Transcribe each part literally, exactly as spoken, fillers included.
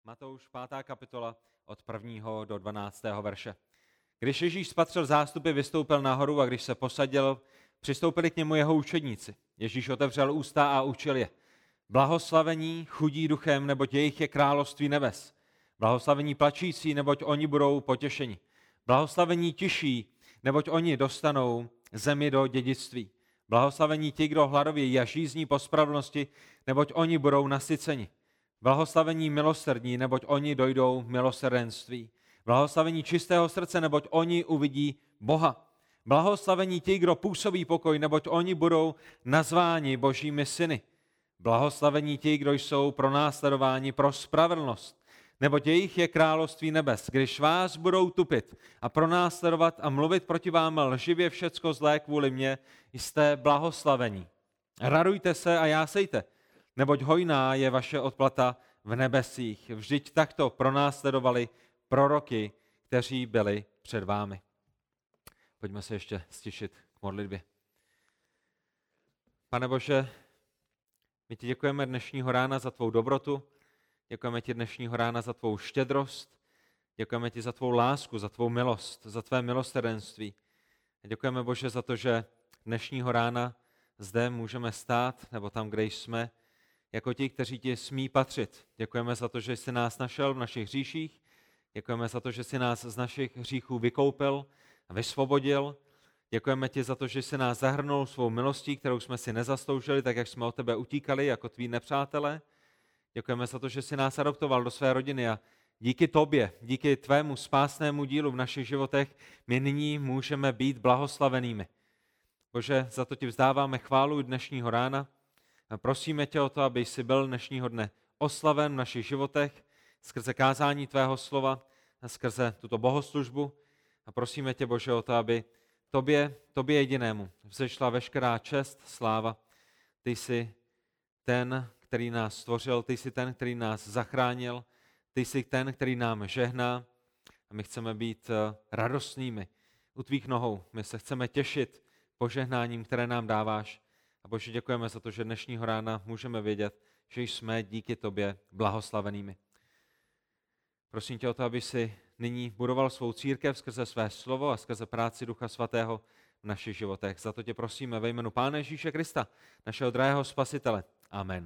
Matouš pátá kapitola od prvního do dvanáctého verše. Když Ježíš spatřil zástupy, vystoupil nahoru a když se posadil, přistoupili k němu jeho učedníci. Ježíš otevřel ústa a učil je. Blahoslavení chudí duchem, neboť jejich je království nebes. Blahoslavení plačící, neboť oni budou potěšeni. Blahoslavení tiší, neboť oni dostanou zemi do dědictví. Blahoslavení ti, kdo hladovějí a žízní po spravedlnosti, neboť oni budou nasyceni. Blahoslavení milosrdní, neboť oni dojdou milosrdenství. Blahoslavení čistého srdce, neboť oni uvidí Boha. Blahoslavení ti, kdo působí pokoj, neboť oni budou nazváni božími syny. Blahoslavení ti, kdo jsou pronásledováni pro spravedlnost, neboť jejich je království nebes. Když vás budou tupit a pronásledovat a mluvit proti vám lživě všecko zlé kvůli mně, jste blahoslavení. Radujte se a jásejte, neboť hojná je vaše odplata v nebesích. Vždyť takto pronásledovali proroky, kteří byli před vámi. Pojďme se ještě stišit k modlitbě. Pane Bože, my ti děkujeme dnešního rána za tvou dobrotu, děkujeme ti dnešního rána za tvou štědrost, děkujeme ti za tvou lásku, za tvou milost, za tvé milosrdenství. Děkujeme, Bože, za to, že dnešního rána zde můžeme stát, nebo tam, kde jsme, jako ti, kteří ti smí patřit. Děkujeme za to, že jsi nás našel v našich hříších, děkujeme za to, že jsi nás z našich hříchů vykoupil a vysvobodil. Děkujeme ti za to, že jsi nás zahrnul svou milostí, kterou jsme si nezasloužili, tak jak jsme od tebe utíkali jako tví nepřátelé. Děkujeme za to, že jsi nás adoptoval do své rodiny a díky tobě, díky tvému spásnému dílu v našich životech, my nyní můžeme být blahoslavenými. Bože, za to ti vzdáváme chválu dnešního rána a prosíme tě o to, aby jsi byl dnešního dne oslaven v našich životech skrze kázání tvého slova a skrze tuto bohoslužbu. A prosíme tě, Bože, o to, aby tobě, tobě jedinému vzešla veškerá čest, sláva. Ty jsi ten, který nás stvořil, ty jsi ten, který nás zachránil, ty jsi ten, který nám žehná a my chceme být radostnými u tvých nohou. My se chceme těšit požehnáním, které nám dáváš. A Bože, děkujeme za to, že dnešního rána můžeme vědět, že jsme díky tobě blahoslavenými. Prosím tě o to, aby si nyní budoval svou církev skrze své slovo a skrze práci Ducha Svatého v našich životech. Za to tě prosíme ve jménu Pána Ježíše Krista, našeho drahého Spasitele. Amen.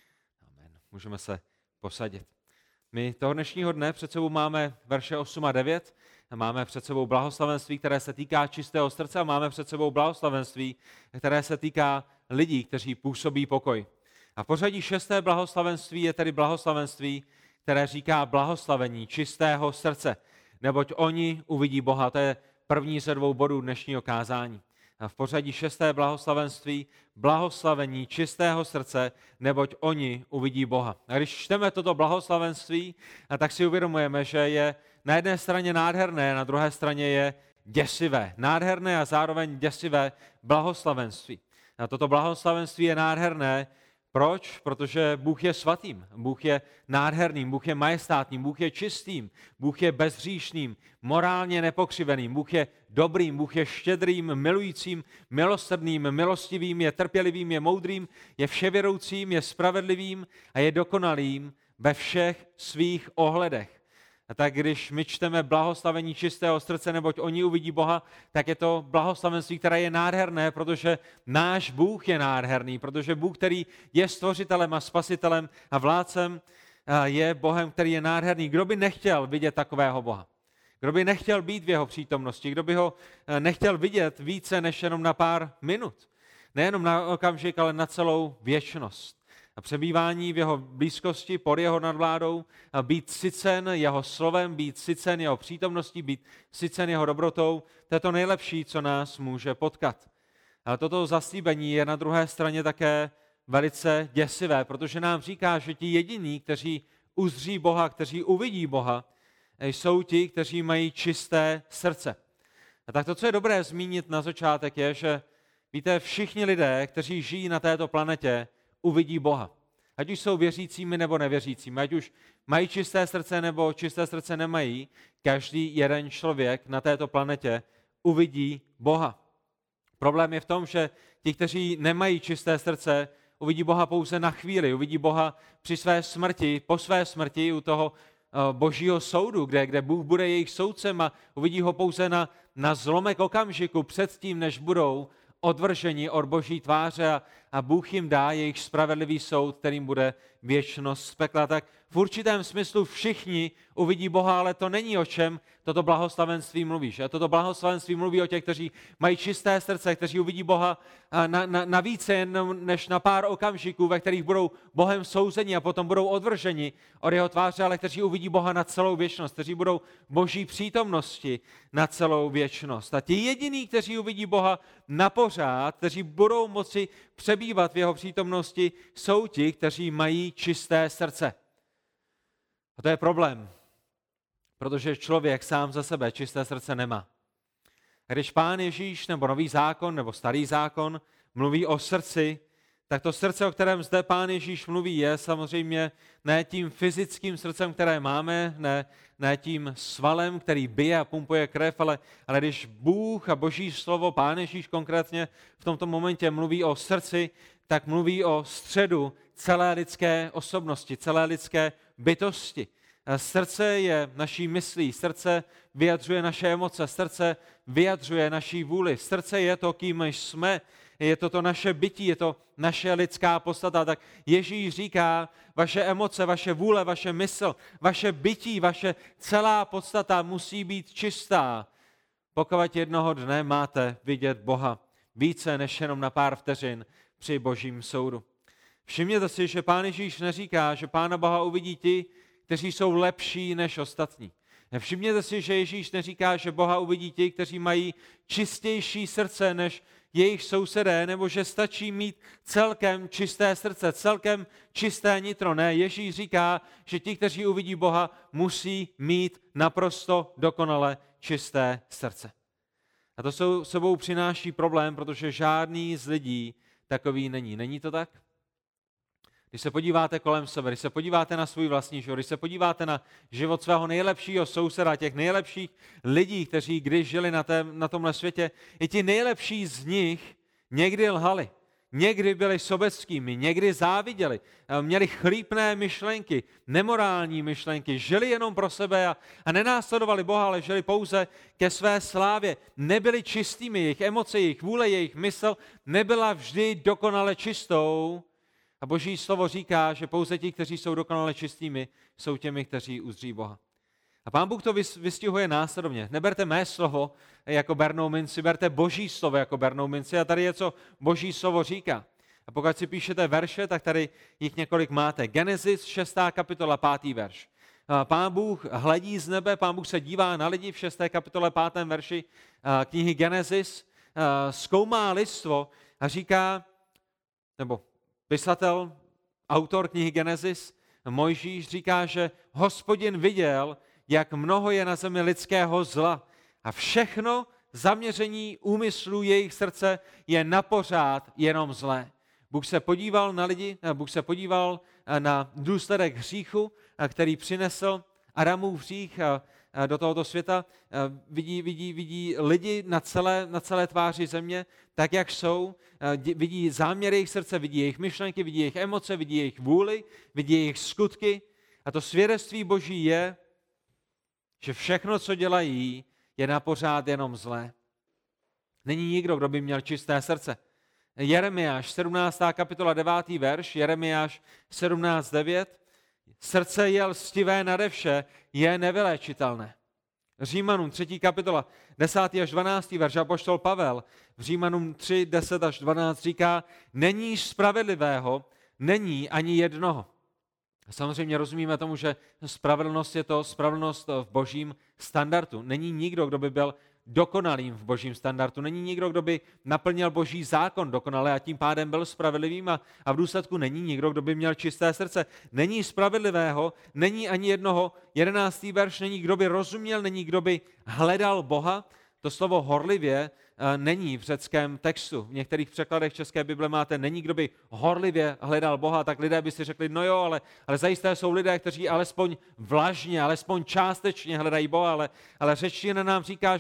Amen. Můžeme se posadit. My toho dnešního dne před sebou máme verše osm a devět, máme před sebou blahoslavenství, které se týká čistého srdce a máme před sebou blahoslavenství, které se týká lidí, kteří působí pokoj. A v pořadí šesté blahoslavenství je tedy blahoslavenství, které říká blahoslavení čistého srdce, neboť oni uvidí Boha. To je první ze dvou bodů dnešního kázání. A v pořadí šesté blahoslavenství blahoslavení čistého srdce, neboť oni uvidí Boha. A když čteme toto blahoslavenství, tak si uvědomujeme, že je na jedné straně nádherné, na druhé straně je děsivé. Nádherné a zároveň děsivé blahoslavenství. A toto blahoslavenství je nádherné. Proč? Protože Bůh je svatým, Bůh je nádherným, Bůh je majestátním, Bůh je čistým, Bůh je bezhříšným, morálně nepokřiveným, Bůh je dobrým, Bůh je štědrým, milujícím, milosrdným, milostivým, je trpělivým, je moudrým, je vševědoucím, je spravedlivým a je dokonalým ve všech svých ohledech. A tak když my čteme blahoslavení čistého srdce, neboť oni uvidí Boha, tak je to blahoslavenství, které je nádherné, protože náš Bůh je nádherný, protože Bůh, který je stvořitelem a spasitelem a vládcem, je Bohem, který je nádherný. Kdo by nechtěl vidět takového Boha? Kdo by nechtěl být v jeho přítomnosti? Kdo by ho nechtěl vidět více než jenom na pár minut? Nejenom na okamžik, ale na celou věčnost. A přebývání v jeho blízkosti, pod jeho nadvládou, a být sycen jeho slovem, být sycen jeho přítomností, být sycen jeho dobrotou, to je to nejlepší, co nás může potkat. Ale toto zaslíbení je na druhé straně také velice děsivé, protože nám říká, že ti jediní, kteří uzří Boha, kteří uvidí Boha, jsou ti, kteří mají čisté srdce. A tak to, co je dobré zmínit na začátek, je, že víte, všichni lidé, kteří žijí na této planetě, uvidí Boha. Ať už jsou věřícími nebo nevěřícími, ať už mají čisté srdce nebo čisté srdce nemají, každý jeden člověk na této planetě uvidí Boha. Problém je v tom, že ti, kteří nemají čisté srdce, uvidí Boha pouze na chvíli, uvidí Boha při své smrti, po své smrti u toho Božího soudu, kde, kde Bůh bude jejich soudcem a uvidí ho pouze na, na zlomek okamžiku předtím, než budou odvrženi od Boží tváře a, a Bůh jim dá jejich spravedlivý soud, kterým bude věčnost z pekla. Tak v určitém smyslu všichni uvidí Boha, ale to není o čem toto blahoslavenství mluví. Že? Toto blahoslavenství mluví o těch, kteří mají čisté srdce, kteří uvidí Boha na, na, na více jen než na pár okamžiků, ve kterých budou Bohem souzeni a potom budou odvrženi od jeho tváře, ale kteří uvidí Boha na celou věčnost, kteří budou v Boží přítomnosti na celou věčnost. A ti jediní, kteří uvidí Boha na pořád, kteří budou moci přebývat v jeho přítomnosti, jsou ti, kteří mají čisté srdce. A to je problém, protože člověk sám za sebe čisté srdce nemá. A když Pán Ježíš nebo Nový zákon nebo Starý zákon mluví o srdci, tak to srdce, o kterém zde Pán Ježíš mluví, je samozřejmě ne tím fyzickým srdcem, které máme, ne, ne tím svalem, který bije a pumpuje krev, ale, ale když Bůh a Boží slovo, Pán Ježíš konkrétně v tomto momentě mluví o srdci, tak mluví o středu celé lidské osobnosti, celé lidské bytosti. Srdce je naší myslí, srdce vyjadřuje naše emoce, srdce vyjadřuje naší vůli, srdce je to, kým jsme, je to to naše bytí, je to naše lidská podstata. Tak Ježíš říká, vaše emoce, vaše vůle, vaše mysl, vaše bytí, vaše celá podstata musí být čistá, pokud jednoho dne máte vidět Boha více než jenom na pár vteřin při Božím soudu. Všimněte si, že Pán Ježíš neříká, že Pána Boha uvidí ti, kteří jsou lepší než ostatní. Všimněte si, že Ježíš neříká, že Boha uvidí ti, kteří mají čistější srdce než jejich sousedé, nebo že stačí mít celkem čisté srdce, celkem čisté nitro. Ne, Ježíš říká, že ti, kteří uvidí Boha, musí mít naprosto dokonale čisté srdce. A to jsou, sebou přináší problém, protože žádný z lidí takový není. Není to tak? Když se podíváte kolem sebe, když se podíváte na svůj vlastní život, když se podíváte na život svého nejlepšího souseda, těch nejlepších lidí, kteří když žili na, tém, na tomhle světě, i ti nejlepší z nich někdy lhali, někdy byli sobeckými, někdy záviděli, měli chlípné myšlenky, nemorální myšlenky, žili jenom pro sebe a, a nenásledovali Boha, ale žili pouze ke své slávě. Nebyli čistými, jejich emoce, jejich vůle, jejich mysl nebyla vždy dokonale čistou. A Boží slovo říká, že pouze ti, kteří jsou dokonale čistými, jsou těmi, kteří uzří Boha. A Pán Bůh to vystihuje následovně. Neberte mé slovo jako bernou minci, berte Boží slovo jako bernou minci. A tady je, co Boží slovo říká. A pokud si píšete verše, tak tady jich několik máte. Genesis, šestá kapitola, pátý verš. Pán Bůh hledí z nebe, Pán Bůh se dívá na lidi v šesté kapitole, pátém verši knihy Genesis, zkoumá lidstvo a říká, nebo pisatel, autor knihy Genesis, Mojžíš, říká, že Hospodin viděl, jak mnoho je na zemi lidského zla a všechno zaměření úmyslů jejich srdce je napořád jenom zlé. Bůh se podíval na lidi, Bůh se podíval na důsledek hříchu, který přinesl Adamův hřích do tohoto světa. Vidí, vidí, vidí lidi na celé, na celé tváři země, tak jak jsou, vidí záměry jejich srdce, vidí jejich myšlenky, vidí jejich emoce, vidí jejich vůli, vidí jejich skutky. A to svědectví Boží je, že všechno, co dělají, je napořád jenom zlé. Není nikdo, kdo by měl čisté srdce. Jeremiáš, sedmnáctá kapitola, devátý verš, Jeremiáš sedmnáct devět. Srdce je lstivé nade vše, je nevyléčitelné. Římanům třetí kapitola, desátý až dvanáctý verš, apoštol Pavel v Římanům tři, deset až dvanáct říká, není spravedlivého, není ani jednoho. Samozřejmě rozumíme tomu, že spravedlnost je to spravedlnost v Božím standardu. Není nikdo, kdo by byl dokonalým v Božím standardu. Není nikdo, kdo by naplnil Boží zákon dokonale a tím pádem byl spravedlivým a, a v důsledku není nikdo, kdo by měl čisté srdce. Není spravedlivého, není ani jednoho. Jedenáctý verš, není kdo by rozuměl, není kdo by hledal Boha. To slovo horlivě není v řeckém textu. V některých překladech České Bible máte, není kdo by horlivě hledal Boha, tak lidé by si řekli, no jo, ale, ale zajisté jsou lidé, kteří alespoň vlažně, alespoň částečně hledají Boha, ale, ale řečtina nám říká, že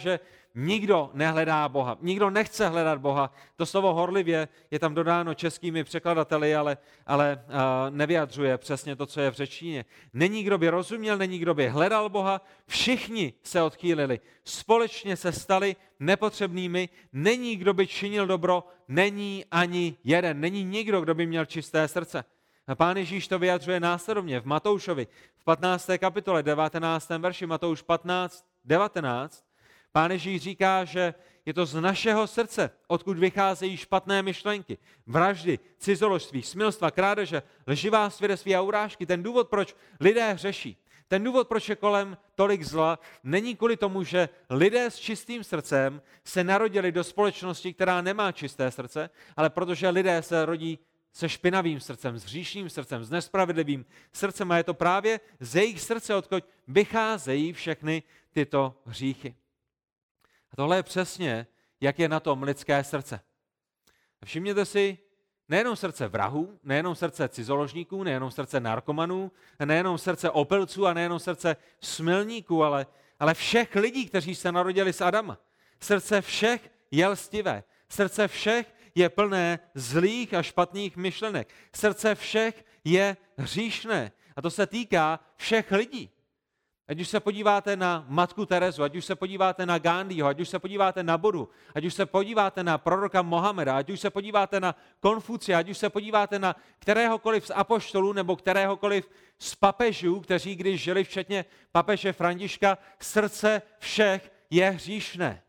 nikdo nehledá Boha, nikdo nechce hledat Boha. To slovo horlivě je tam dodáno českými překladateli, ale, ale uh, nevyjadřuje přesně to, co je v řečtině. Není, kdo by rozuměl, není, kdo by hledal Boha, všichni se odchýlili, společně se stali nepotřebnými, není, kdo by činil dobro, není ani jeden, není nikdo, kdo by měl čisté srdce. A Pán Ježíš to vyjadřuje následovně v Matoušovi, v patnácté kapitole, devatenáctém verši, Matouš patnáct, devatenáct. Pán Ježíš říká, že je to z našeho srdce, odkud vycházejí špatné myšlenky, vraždy, cizoložství, smilstva, krádeže, lživá svědectví a urážky. Ten důvod, proč lidé hřeší, ten důvod, proč je kolem tolik zla, není kvůli tomu, že lidé s čistým srdcem se narodili do společnosti, která nemá čisté srdce, ale protože lidé se rodí se špinavým srdcem, s hříšným srdcem, s nespravedlivým srdcem a je to právě z jejich srdce, odkud vycházejí všechny tyto hříchy. A tohle je přesně, jak je na tom lidské srdce. A všimněte si, nejenom srdce vrahů, nejenom srdce cizoložníků, nejenom srdce narkomanů, nejenom srdce opilců a nejenom srdce smilníků, ale, ale všech lidí, kteří se narodili z Adama. Srdce všech je lstivé. Srdce všech je plné zlých a špatných myšlenek. Srdce všech je hříšné. A to se týká všech lidí. Ať už se podíváte na matku Terezu, ať už se podíváte na Gandhiho, ať už se podíváte na Buddhu, ať už se podíváte na proroka Mohameda, ať už se podíváte na Konfucia, ať už se podíváte na kteréhokoliv z apoštolů nebo kteréhokoliv z papežů, kteří když žili, včetně papeže Františka, srdce všech je hříšné.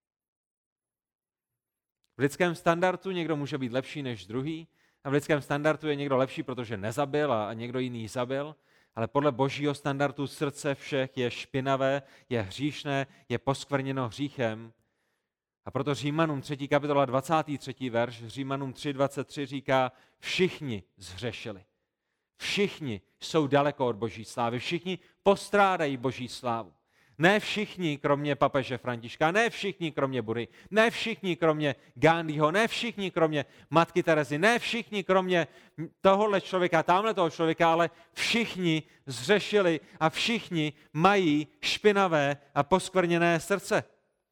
V lidském standardu někdo může být lepší než druhý a v lidském standardu je někdo lepší, protože nezabil a někdo jiný zabil, ale podle božího standardu srdce všech je špinavé, je hříšné, je poskvrněno hříchem. A proto Římanům třetí kapitola dvacátý třetí verš, Římanům tři dvacet tři říká, všichni zhřešili. Všichni jsou daleko od boží slávy, všichni postrádají boží slávu. Ne všichni, kromě papeže Františka, ne všichni, kromě Buddhy, ne všichni, kromě Gandhiho, ne všichni, kromě matky Terezy, ne všichni, kromě tohohle člověka, tamhle toho člověka, ale všichni zřešili a všichni mají špinavé a poskvrněné srdce.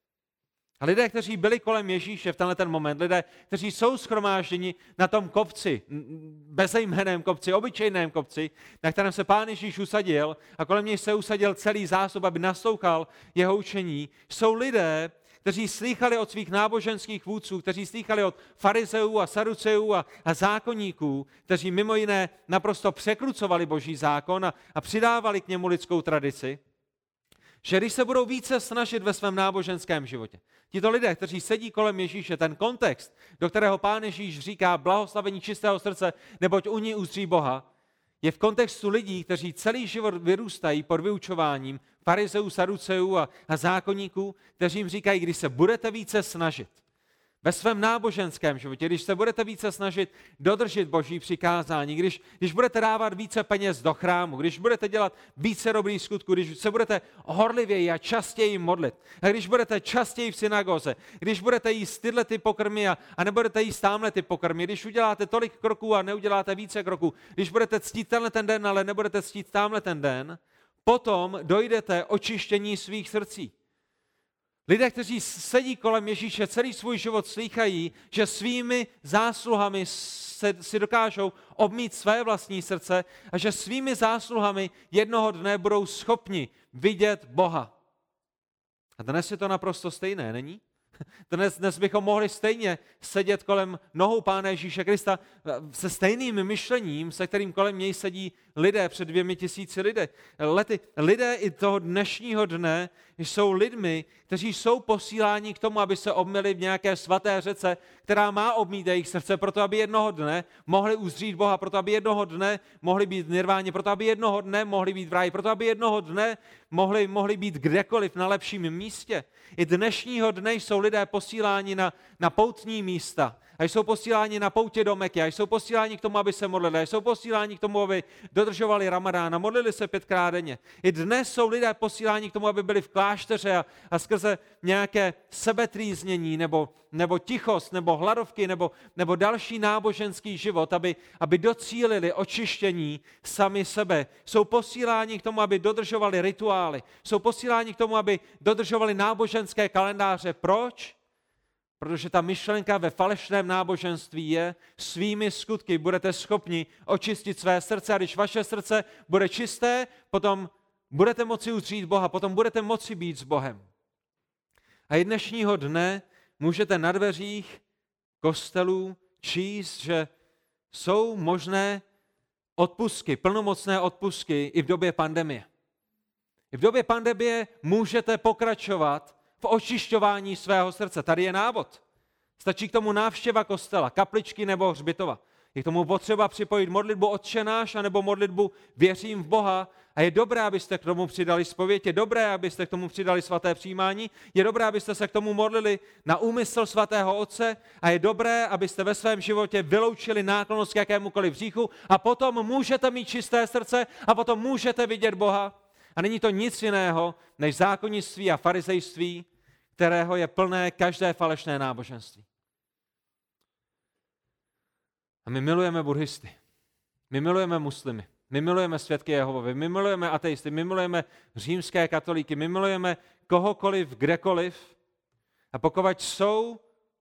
A lidé, kteří byli kolem Ježíše v tenhle ten moment, lidé, kteří jsou shromážděni na tom kopci, bezejmenném kopci, obyčejném kopci, na kterém se Pán Ježíš usadil a kolem něj se usadil celý zástup, aby naslouchal jeho učení, jsou lidé, kteří slýchali od svých náboženských vůdců, kteří slýchali od farizeů a saduceů a, a zákonníků, kteří mimo jiné naprosto překrucovali boží zákon a, a přidávali k němu lidskou tradici, že když se budou více snažit ve svém náboženském životě, tito lidé, kteří sedí kolem Ježíše, ten kontext, do kterého Pán Ježíš říká blahoslavení čistého srdce, neboť u ní uzří Boha, je v kontextu lidí, kteří celý život vyrůstají pod vyučováním farizeů, saduceů a, a zákonníků, kteří jim říkají, když se budete více snažit ve svém náboženském životě, když se budete více snažit dodržet boží přikázání, když, když budete dávat více peněz do chrámu, když budete dělat více dobrých skutků, když se budete horlivěji a častěji modlit, a když budete častěji v synagoze, když budete jíst tyhle ty pokrmy a, a nebudete jíst tamhle ty pokrmy, když uděláte tolik kroků a neuděláte více kroků, když budete ctít tenhle ten den, ale nebudete ctít tamhle ten den, potom dojdete očištění svých srdcí. Lidé, kteří sedí kolem Ježíše, celý svůj život slýchají, že svými zásluhami se, si dokážou obmít své vlastní srdce a že svými zásluhami jednoho dne budou schopni vidět Boha. A dnes je to naprosto stejné, není? Dnes, dnes bychom mohli stejně sedět kolem nohou Pána Ježíše Krista se stejným myšlením, se kterým kolem něj sedí lidé před dvěmi tisíci lidé. Lety, lidé i toho dnešního dne jsou lidmi, kteří jsou posíláni k tomu, aby se obmyli v nějaké svaté řece, která má obmít jejich srdce, proto aby jednoho dne mohli uzřít Boha, proto aby jednoho dne mohli být v nirváně, proto aby jednoho dne mohli být v ráji, proto aby jednoho dne mohli, mohli být kdekoliv na lepším místě. I dnešního dne jsou lidé posíláni na, na poutní místa, a jsou posíláni na poutě do Meky, a jsou posíláni k tomu, aby se modlili, a jsou posíláni k tomu, aby dodržovali Ramadán a modlili se pětkrát denně. I dnes jsou lidé posíláni k tomu, aby byli v klášteře a, a skrze nějaké sebetrýznění nebo, nebo tichost, nebo hladovky, nebo, nebo další náboženský život, aby, aby docílili očištění sami sebe. Jsou posíláni k tomu, aby dodržovali rituály. Jsou posíláni k tomu, aby dodržovali náboženské kalendáře. Proč? Protože ta myšlenka ve falešném náboženství je, svými skutky budete schopni očistit své srdce, a když vaše srdce bude čisté, potom budete moci uzřít Boha, potom budete moci být s Bohem. A i dnešního dne můžete na dveřích kostelů číst, že jsou možné odpustky, plnomocné odpustky i v době pandemie. I v době pandemie můžete pokračovat v očišťování svého srdce. Tady je návod. Stačí k tomu návštěva kostela, kapličky nebo hřbitova. Je k tomu potřeba připojit modlitbu Otče náš anebo modlitbu Věřím v Boha. A je dobré, abyste k tomu přidali zpověď, je dobré, abyste k tomu přidali svaté přijímání, je dobré, abyste se k tomu modlili na úmysl svatého Otce a je dobré, abyste ve svém životě vyloučili náklonnost k jakémukoliv hříchu a potom můžete mít čisté srdce a potom můžete vidět Boha. A není to nic jiného, než zákonnictví a farizejství, kterého je plné každé falešné náboženství. A my milujeme buddhisty, my milujeme muslimy, my milujeme svědky Jehovovi, my milujeme ateisty, my milujeme římské katolíky, my milujeme kohokoliv, kdekoliv. A pokud jsou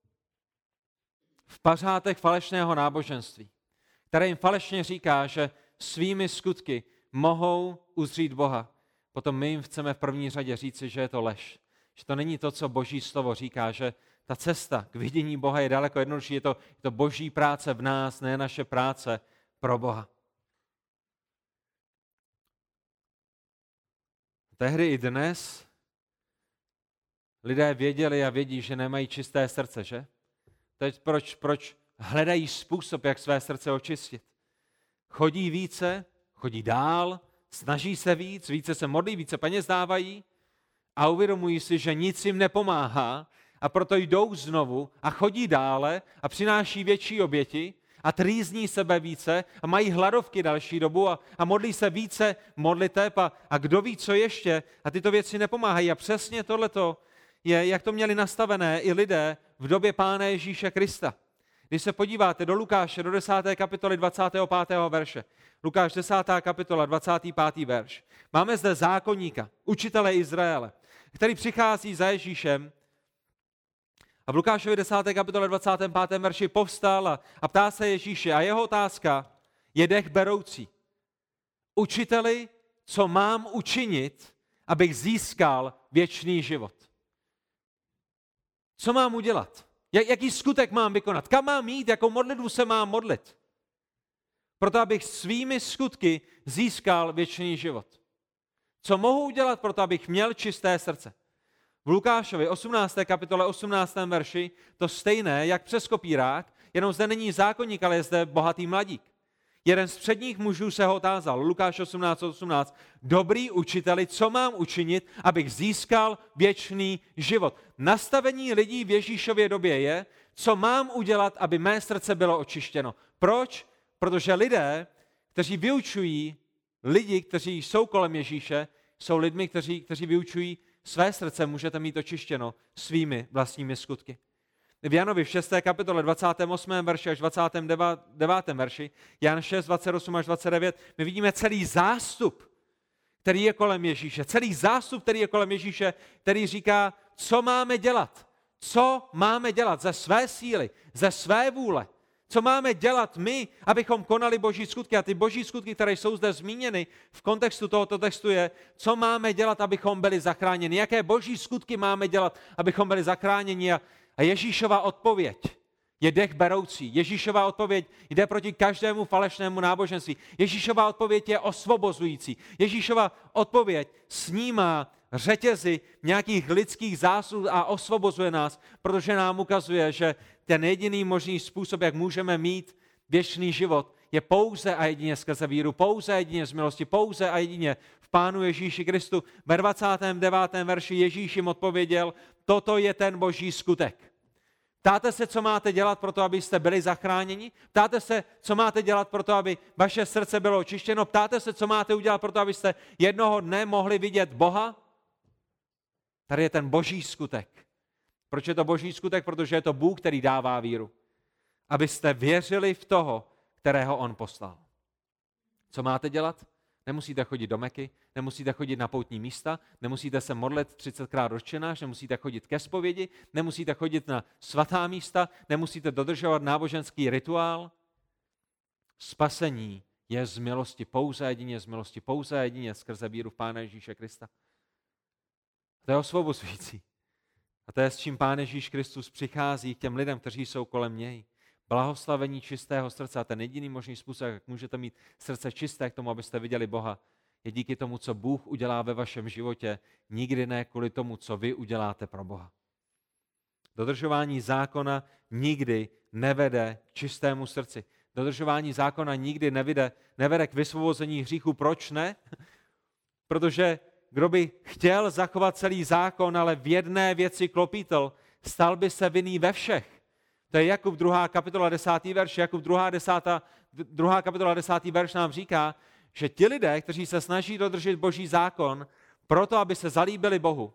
v pařátech falešného náboženství, které jim falešně říká, že svými skutky mohou uzřít Boha, potom my jim chceme v první řadě říci, že je to lež. Že to není to, co Boží slovo říká, že ta cesta k vidění Boha je daleko jednodušší. Je to, je to Boží práce v nás, ne naše práce pro Boha. Tehdy i dnes lidé věděli a vědí, že nemají čisté srdce, že? Teď proč, proč hledají způsob, jak své srdce očistit. Chodí více, chodí dál, snaží se víc, více se modlí, více peněz dávají a uvědomují si, že nic jim nepomáhá a proto jdou znovu a chodí dále a přináší větší oběti a trýzní sebe více a mají hladovky další dobu a, a modlí se více modliteb a, a kdo ví, co ještě a tyto věci nepomáhají. A přesně tohleto je, jak to měli nastavené i lidé v době Pána Ježíše Krista. Když se podíváte do Lukáše, do desáté kapitoly dvacátého pátého verše, Lukáš desátá kapitola, dvacátý pátý verš. Máme zde zákonníka, učitele Izraele, který přichází za Ježíšem a v Lukášově desáté kapitole dvacátém pátém verši povstal a, a ptá se Ježíše a jeho otázka je dech beroucí. Učiteli, co mám učinit, abych získal věčný život? Co mám udělat? Jak, jaký skutek mám vykonat? Kam mám jít? Jakou modlitbu se mám modlit? Proto, abych svými skutky získal věčný život. Co mohu udělat proto, abych měl čisté srdce? V Lukášovi osmnácté kapitole osmnáctém verši to stejné, jak přes kopírák, jenom zde není zákonník, ale je zde bohatý mladík. Jeden z předních mužů se ho otázal, Lukáš osmnáct osmnáct, dobrý učiteli, co mám učinit, abych získal věčný život? Nastavení lidí v Ježíšově době je, co mám udělat, aby mé srdce bylo očištěno. Proč? Protože lidé, kteří vyučují lidi, kteří jsou kolem Ježíše, jsou lidmi, kteří, kteří vyučují své srdce, můžete mít očištěno svými vlastními skutky. V Janovi v šesté kapitole dvacátém osmém verši až dvacátém devátém verši, Jan šest, dvacet osm až dvacet devět, my vidíme celý zástup, který je kolem Ježíše. Celý zástup, který je kolem Ježíše, který říká, co máme dělat. Co máme dělat ze své síly, ze své vůle. Co máme dělat my, abychom konali boží skutky. A ty boží skutky, které jsou zde zmíněny v kontextu tohoto textu je, co máme dělat, abychom byli zachráněni. Jaké boží skutky máme dělat, abychom byli zachráněni. A, a Ježíšova odpověď je dech beroucí. Ježíšova odpověď jde proti každému falešnému náboženství. Ježíšova odpověď je osvobozující. Ježíšova odpověď snímá řetězy nějakých lidských zásluh a osvobozuje nás, protože nám ukazuje, že ten jediný možný způsob, jak můžeme mít věčný život, je pouze a jedině skrze víru, pouze a jedině z milosti, pouze a jedině v Pánu Ježíši Kristu. Ve dvacátém devátém verši Ježíš jim odpověděl, toto je ten boží skutek. Ptáte se, co máte dělat pro to, abyste byli zachráněni? Ptáte se, co máte dělat pro to, aby vaše srdce bylo očištěno? Ptáte se, co máte udělat pro to, abyste jednoho dne mohli vidět Boha? Tady je ten boží skutek. Proč je to boží skutek? Protože je to Bůh, který dává víru. Abyste věřili v toho, kterého on poslal. Co máte dělat? Nemusíte chodit do Meky, nemusíte chodit na poutní místa, nemusíte se modlit třicetkrát rozčenáš, nemusíte chodit ke zpovědi, nemusíte chodit na svatá místa, nemusíte dodržovat náboženský rituál. Spasení je z milosti pouze jedině, z milosti pouze jedině skrze víru v Pána Ježíše Krista. To je osvobozující. A to je, s čím Pán Ježíš Kristus přichází k těm lidem, kteří jsou kolem něj. Blahoslavení čistého srdce. A ten jediný možný způsob, jak můžete mít srdce čisté k tomu, abyste viděli Boha, je díky tomu, co Bůh udělá ve vašem životě, nikdy ne kvůli tomu, co vy uděláte pro Boha. Dodržování zákona nikdy nevede k čistému srdci. Dodržování zákona nikdy nevede, nevede k vysvobození hříchu. Proč ne? Protože kdo by chtěl zachovat celý zákon, ale v jedné věci klopítl, stal by se vinný ve všech. To je Jakub druhá kapitola desátý verš. Jakub druhá, desátá, druhá kapitola desátý verš nám říká, že ti lidé, kteří se snaží dodržet boží zákon, proto, aby se zalíbili Bohu,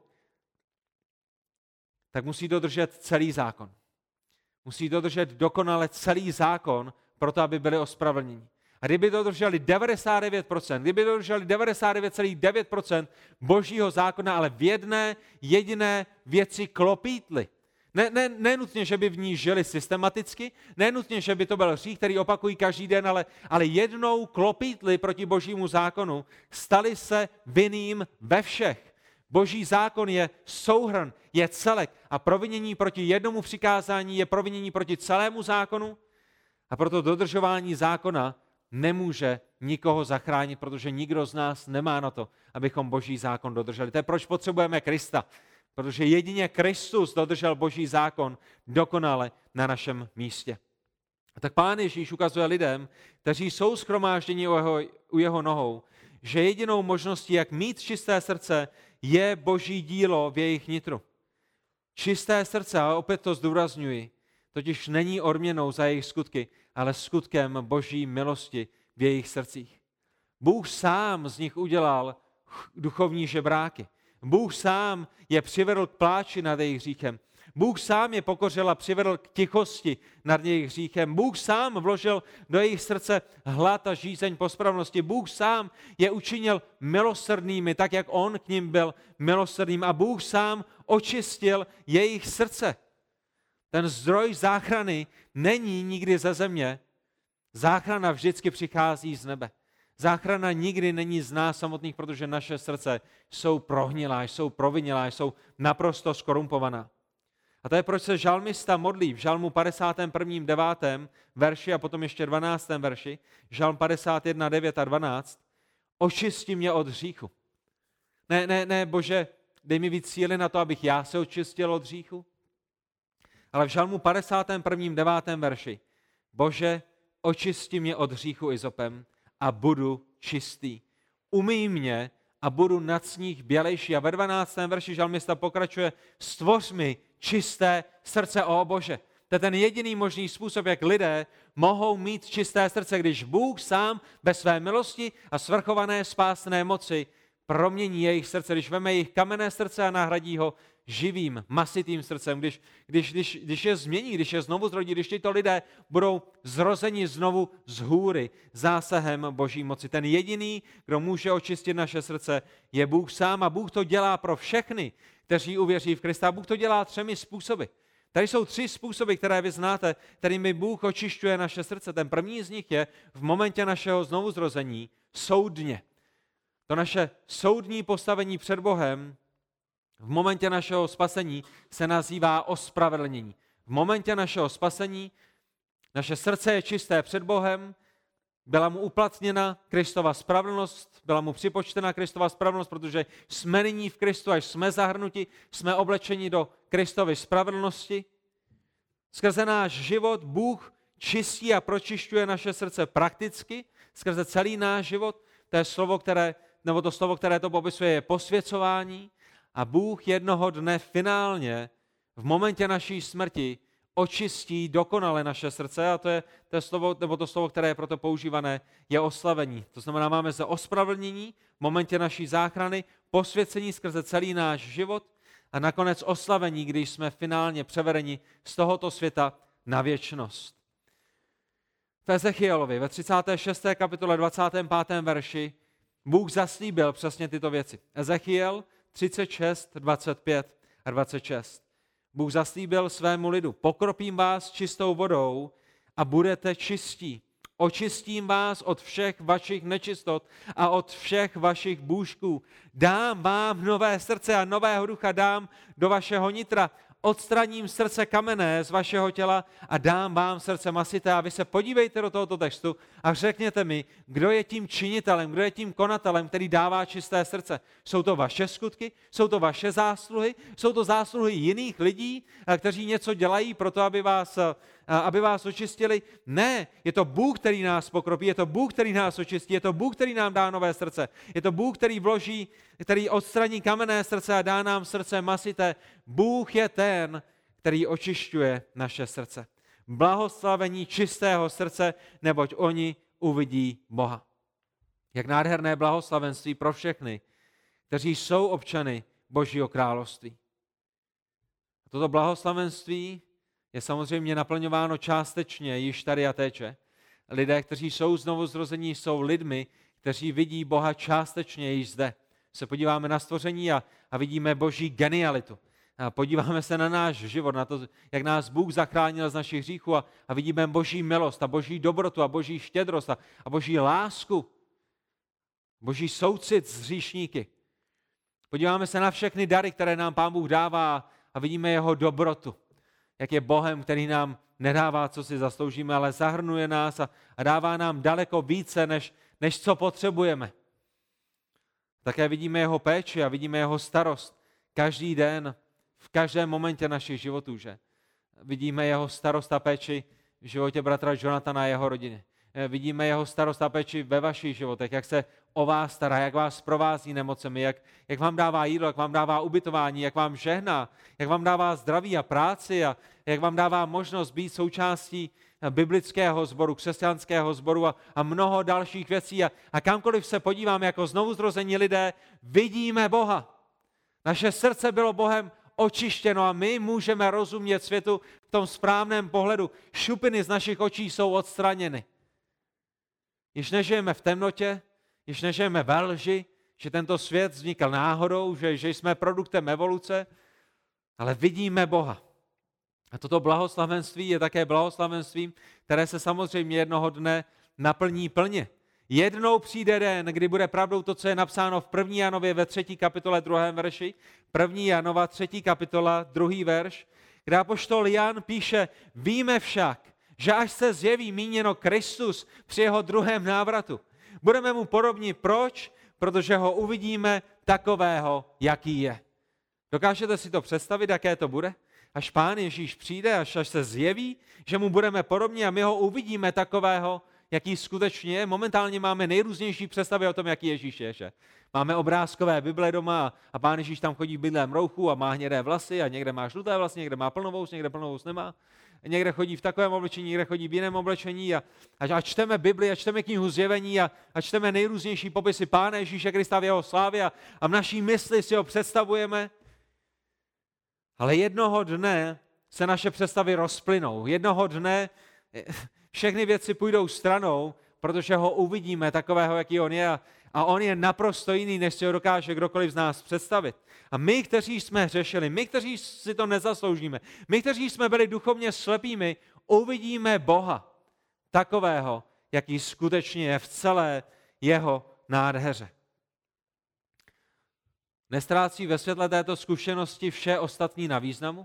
tak musí dodržet celý zákon. Musí dodržet dokonale celý zákon, proto, aby byli ospravedlněni. A kdyby dodrželi devadesát devět procent, kdyby dodrželi devadesát devět celá devět procent božího zákona, ale v jedné jediné věci klopítli. Ne, ne, ne nutně, že by v ní žili systematicky, ne nutně, že by to byl hřích, který opakují každý den, ale, ale jednou klopítli proti božímu zákonu, stali se vinným ve všech. Boží zákon je souhrn, je celek a provinění proti jednomu přikázání je provinění proti celému zákonu a proto dodržování zákona nemůže nikoho zachránit, protože nikdo z nás nemá na to, abychom boží zákon dodrželi. To je proč potřebujeme Krista. Protože jedině Kristus dodržel boží zákon dokonale na našem místě. A tak Pán Ježíš ukazuje lidem, kteří jsou shromážděni u jeho, u jeho nohou, že jedinou možností, jak mít čisté srdce, je boží dílo v jejich nitru. Čisté srdce, a opět to zdůrazňuji, totiž není odměnou za jejich skutky, ale skutkem boží milosti v jejich srdcích. Bůh sám z nich udělal duchovní žebráky. Bůh sám je přivedl k pláči nad jejich hříchem. Bůh sám je pokořil a přivedl k tichosti nad jejich hříchem. Bůh sám vložil do jejich srdce hlad a žízeň po spravedlnosti. Bůh sám je učinil milosrdnými, tak jak on k nim byl milosrdným. A Bůh sám očistil jejich srdce. Ten zdroj záchrany není nikdy ze země. Záchrana vždycky přichází z nebe. Záchrana nikdy není z nás samotných, protože naše srdce jsou prohnilá, jsou provinilá, jsou naprosto skorumpovaná. A to je, proč se žalmista modlí v žalmu padesátém prvním devátém verši a potom ještě dvanáctém verši, žalm padesát jedna, devět a dvanáct, očisti mě od hříchu. Ne, ne, ne, Bože, dej mi víc síly na to, abych já se očistil od hříchu. Ale v žalmu padesátém prvním devátém verši, Bože, očisti mě od hříchu izopem a budu čistý. Umyj mě a budu nad sníh bělejší. A ve dvanáctém verši žalmista pokračuje, stvoř mi čisté srdce, ó Bože. To je ten jediný možný způsob, jak lidé mohou mít čisté srdce, když Bůh sám ve své milosti a svrchované spásné moci promění jejich srdce, když veme jejich kamenné srdce a nahradí ho živým, masitým srdcem, když, když, když, když je změní, když je znovu zrodí, když tyto lidé budou zrozeni znovu z hůry zásahem boží moci. Ten jediný, kdo může očistit naše srdce, je Bůh sám a Bůh to dělá pro všechny, kteří uvěří v Krista. Bůh to dělá třemi způsoby. Tady jsou tři způsoby, které vy znáte, kterými Bůh očišťuje naše srdce. Ten první z nich je v momentě našeho znovuzrození soudně. To naše soudní postavení před Bohem v momentě našeho spasení se nazývá ospravedlnění. V momentě našeho spasení naše srdce je čisté před Bohem, byla mu uplatněna Kristova spravedlnost, byla mu připočtena Kristova spravedlnost, protože jsme nyní v Kristu, až jsme zahrnuti, jsme oblečeni do Kristovy spravedlnosti. Skrze náš život Bůh čistí a pročišťuje naše srdce prakticky, skrze celý náš život. To je slovo, které, nebo to slovo, které to popisuje, je posvěcování. A Bůh jednoho dne finálně, v momentě naší smrti, očistí dokonale naše srdce a to je, to je slovo, nebo to slovo, které je proto používané, je oslavení. To znamená, máme zde ospravedlnění v momentě naší záchrany, posvěcení skrze celý náš život a nakonec oslavení, když jsme finálně převedeni z tohoto světa na věčnost. V Ezechielovi ve třicáté šesté kapitole dvacátém pátém verši Bůh zaslíbil přesně tyto věci. Ezechiel třicet šest, dvacet pět a dvacet šest. Bůh zaslíbil svému lidu, pokropím vás čistou vodou a budete čistí. Očistím vás od všech vašich nečistot a od všech vašich bůžků. Dám vám nové srdce a nového ducha dám do vašeho nitra. Odstraním srdce kamenné z vašeho těla a dám vám srdce masité. A vy se podívejte do tohoto textu a řekněte mi, kdo je tím činitelem, kdo je tím konatelem, který dává čisté srdce. Jsou to vaše skutky? Jsou to vaše zásluhy? Jsou to zásluhy jiných lidí, kteří něco dělají pro to, aby vás, aby vás očistili? Ne, je to Bůh, který nás pokropí, je to Bůh, který nás očistí, je to Bůh, který nám dá nové srdce. Je to Bůh, který vloží, který odstraní kamenné srdce a dá nám srdce masité. Bůh je ten, který očišťuje naše srdce. Blahoslavení čistého srdce, neboť oni uvidí Boha. Jak nádherné blahoslavenství pro všechny, kteří jsou občany Božího království. Toto blahoslavenství je samozřejmě naplňováno částečně již tady a teče. Lidé, kteří jsou znovu zrození, jsou lidmi, kteří vidí Boha částečně již zde. Se podíváme na stvoření a, a vidíme Boží genialitu. A podíváme se na náš život, na to, jak nás Bůh zachránil z našich hříchů a, a vidíme Boží milost a Boží dobrotu a Boží štědrost a, a Boží lásku, Boží soucit s hříšníky. Podíváme se na všechny dary, které nám Pán Bůh dává a vidíme jeho dobrotu. Jak je Bohem, který nám nedává, co si zasloužíme, ale zahrnuje nás a, a dává nám daleko více, než, než co potřebujeme. Také vidíme jeho péči a vidíme jeho starost každý den, v každém momentě našich životů, že? Vidíme jeho starost a péči v životě bratra Jonathana a jeho rodiny. Vidíme jeho starost a péči ve vašich životech, jak se o vás stará, jak vás provází nemocemi, jak, jak vám dává jídlo, jak vám dává ubytování, jak vám žehná, jak vám dává zdraví a práci a jak vám dává možnost být součástí biblického sboru, křesťanského sboru a, a mnoho dalších věcí. A, a kamkoliv se podíváme jako znovuzrození lidé, vidíme Boha. Naše srdce bylo Bohem očištěno a my můžeme rozumět světu v tom správném pohledu. Šupiny z našich očí jsou odstraněny. Již nežijeme v temnotě, již nežijeme ve lži, že tento svět vznikl náhodou, že, že jsme produktem evoluce, ale vidíme Boha. A toto blahoslavenství je také blahoslavenstvím, které se samozřejmě jednoho dne naplní plně. Jednou přijde den, kdy bude pravdou to, co je napsáno v první Janově ve třetí kapitole druhém verši, první Janova třetí kapitola druhý verš, kde apoštol Jan píše, víme však, že až se zjeví míněno Kristus při jeho druhém návratu, budeme mu podobní. Proč? Protože ho uvidíme takového, jaký je. Dokážete si to představit, jaké to bude? Až Pán Ježíš přijde, až, až se zjeví, že mu budeme podobní a my ho uvidíme takového, jaký skutečně je. Momentálně máme nejrůznější představy o tom, jaký Ježíš je. Že? Máme obrázkové Bible doma a Pán Ježíš tam chodí v bílém rouchu a má hnědé vlasy a někde má žluté vlasy, někde má plnovous, někde plnovous nemá. Někde chodí v takovém oblečení, někde chodí v jiném oblečení a, a čteme Bibli a čteme knihu Zjevení a, a čteme nejrůznější popisy Pána Ježíše Krista v jeho slávě a, a v naší mysli si ho představujeme. Ale jednoho dne se naše představy rozplynou. Jednoho dne všechny věci půjdou stranou, protože ho uvidíme takového, jaký on je. A on je naprosto jiný, než si ho dokáže kdokoliv z nás představit. A my, kteří jsme hřešili, my, kteří si to nezasloužíme, my, kteří jsme byli duchovně slepými, uvidíme Boha takového, jaký skutečně je v celé jeho nádheře. Nestrácí ve světle této zkušenosti vše ostatní na významu?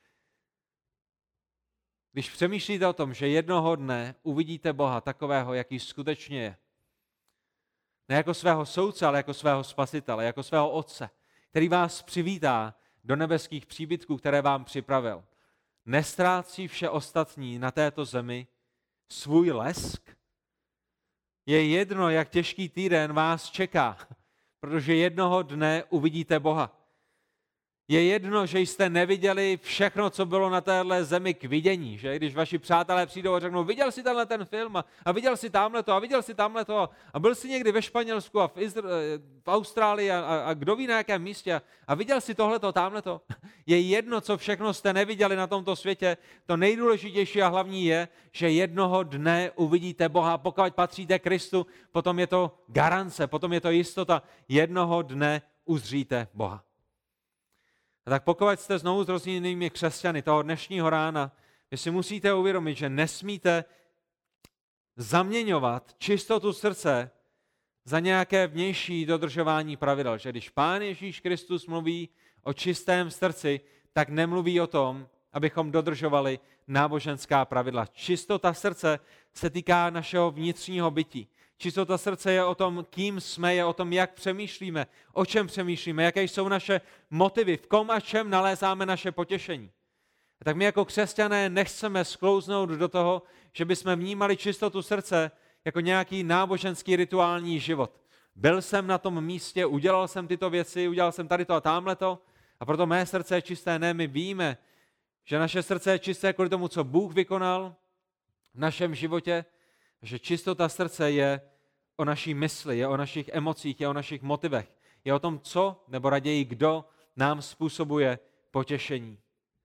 Když přemýšlíte o tom, že jednoho dne uvidíte Boha takového, jaký skutečně je, ne jako svého soudce, ale jako svého spasitele, jako svého otce, který vás přivítá do nebeských příbytků, které vám připravil. Nestrácí vše ostatní na této zemi svůj lesk? Je jedno, jak těžký týden vás čeká, protože jednoho dne uvidíte Boha. Je jedno, že jste neviděli všechno, co bylo na téhle zemi k vidění, že? Když vaši přátelé přijdou a řeknou, viděl jsi tenhle ten film a, a viděl jsi tamhle to a viděl jsi tamhle to a byl jsi někdy ve Španělsku a v, Izr- v Austrálii a, a, a kdo ví na jakém místě a viděl jsi tohleto, tamhleto. Je jedno, co všechno jste neviděli na tomto světě. To nejdůležitější a hlavní je, že jednoho dne uvidíte Boha. Pokud patříte Kristu, potom je to garance, potom je to jistota. Jednoho dne uzříte Boha. A tak pokud jste znovu zrozenými křesťany toho dnešního rána, vy si musíte uvědomit, že nesmíte zaměňovat čistotu srdce za nějaké vnější dodržování pravidel. Že když Pán Ježíš Kristus mluví o čistém srdci, tak nemluví o tom, abychom dodržovali náboženská pravidla. Čistota srdce se týká našeho vnitřního bytí. Čistota srdce je o tom, kým jsme, je o tom, jak přemýšlíme, o čem přemýšlíme, jaké jsou naše motivy, v kom a čem nalézáme naše potěšení. A tak my jako křesťané nechceme sklouznout do toho, že bychom vnímali čistotu srdce jako nějaký náboženský rituální život. Byl jsem na tom místě, udělal jsem tyto věci, udělal jsem tady to a tamhle to a proto mé srdce je čisté. Ne, my víme, že naše srdce je čisté kvůli tomu, co Bůh vykonal v našem životě, že čistota srdce je o naší mysli, je o našich emocích, je o našich motivech, je o tom, co, nebo raději kdo nám způsobuje potěšení.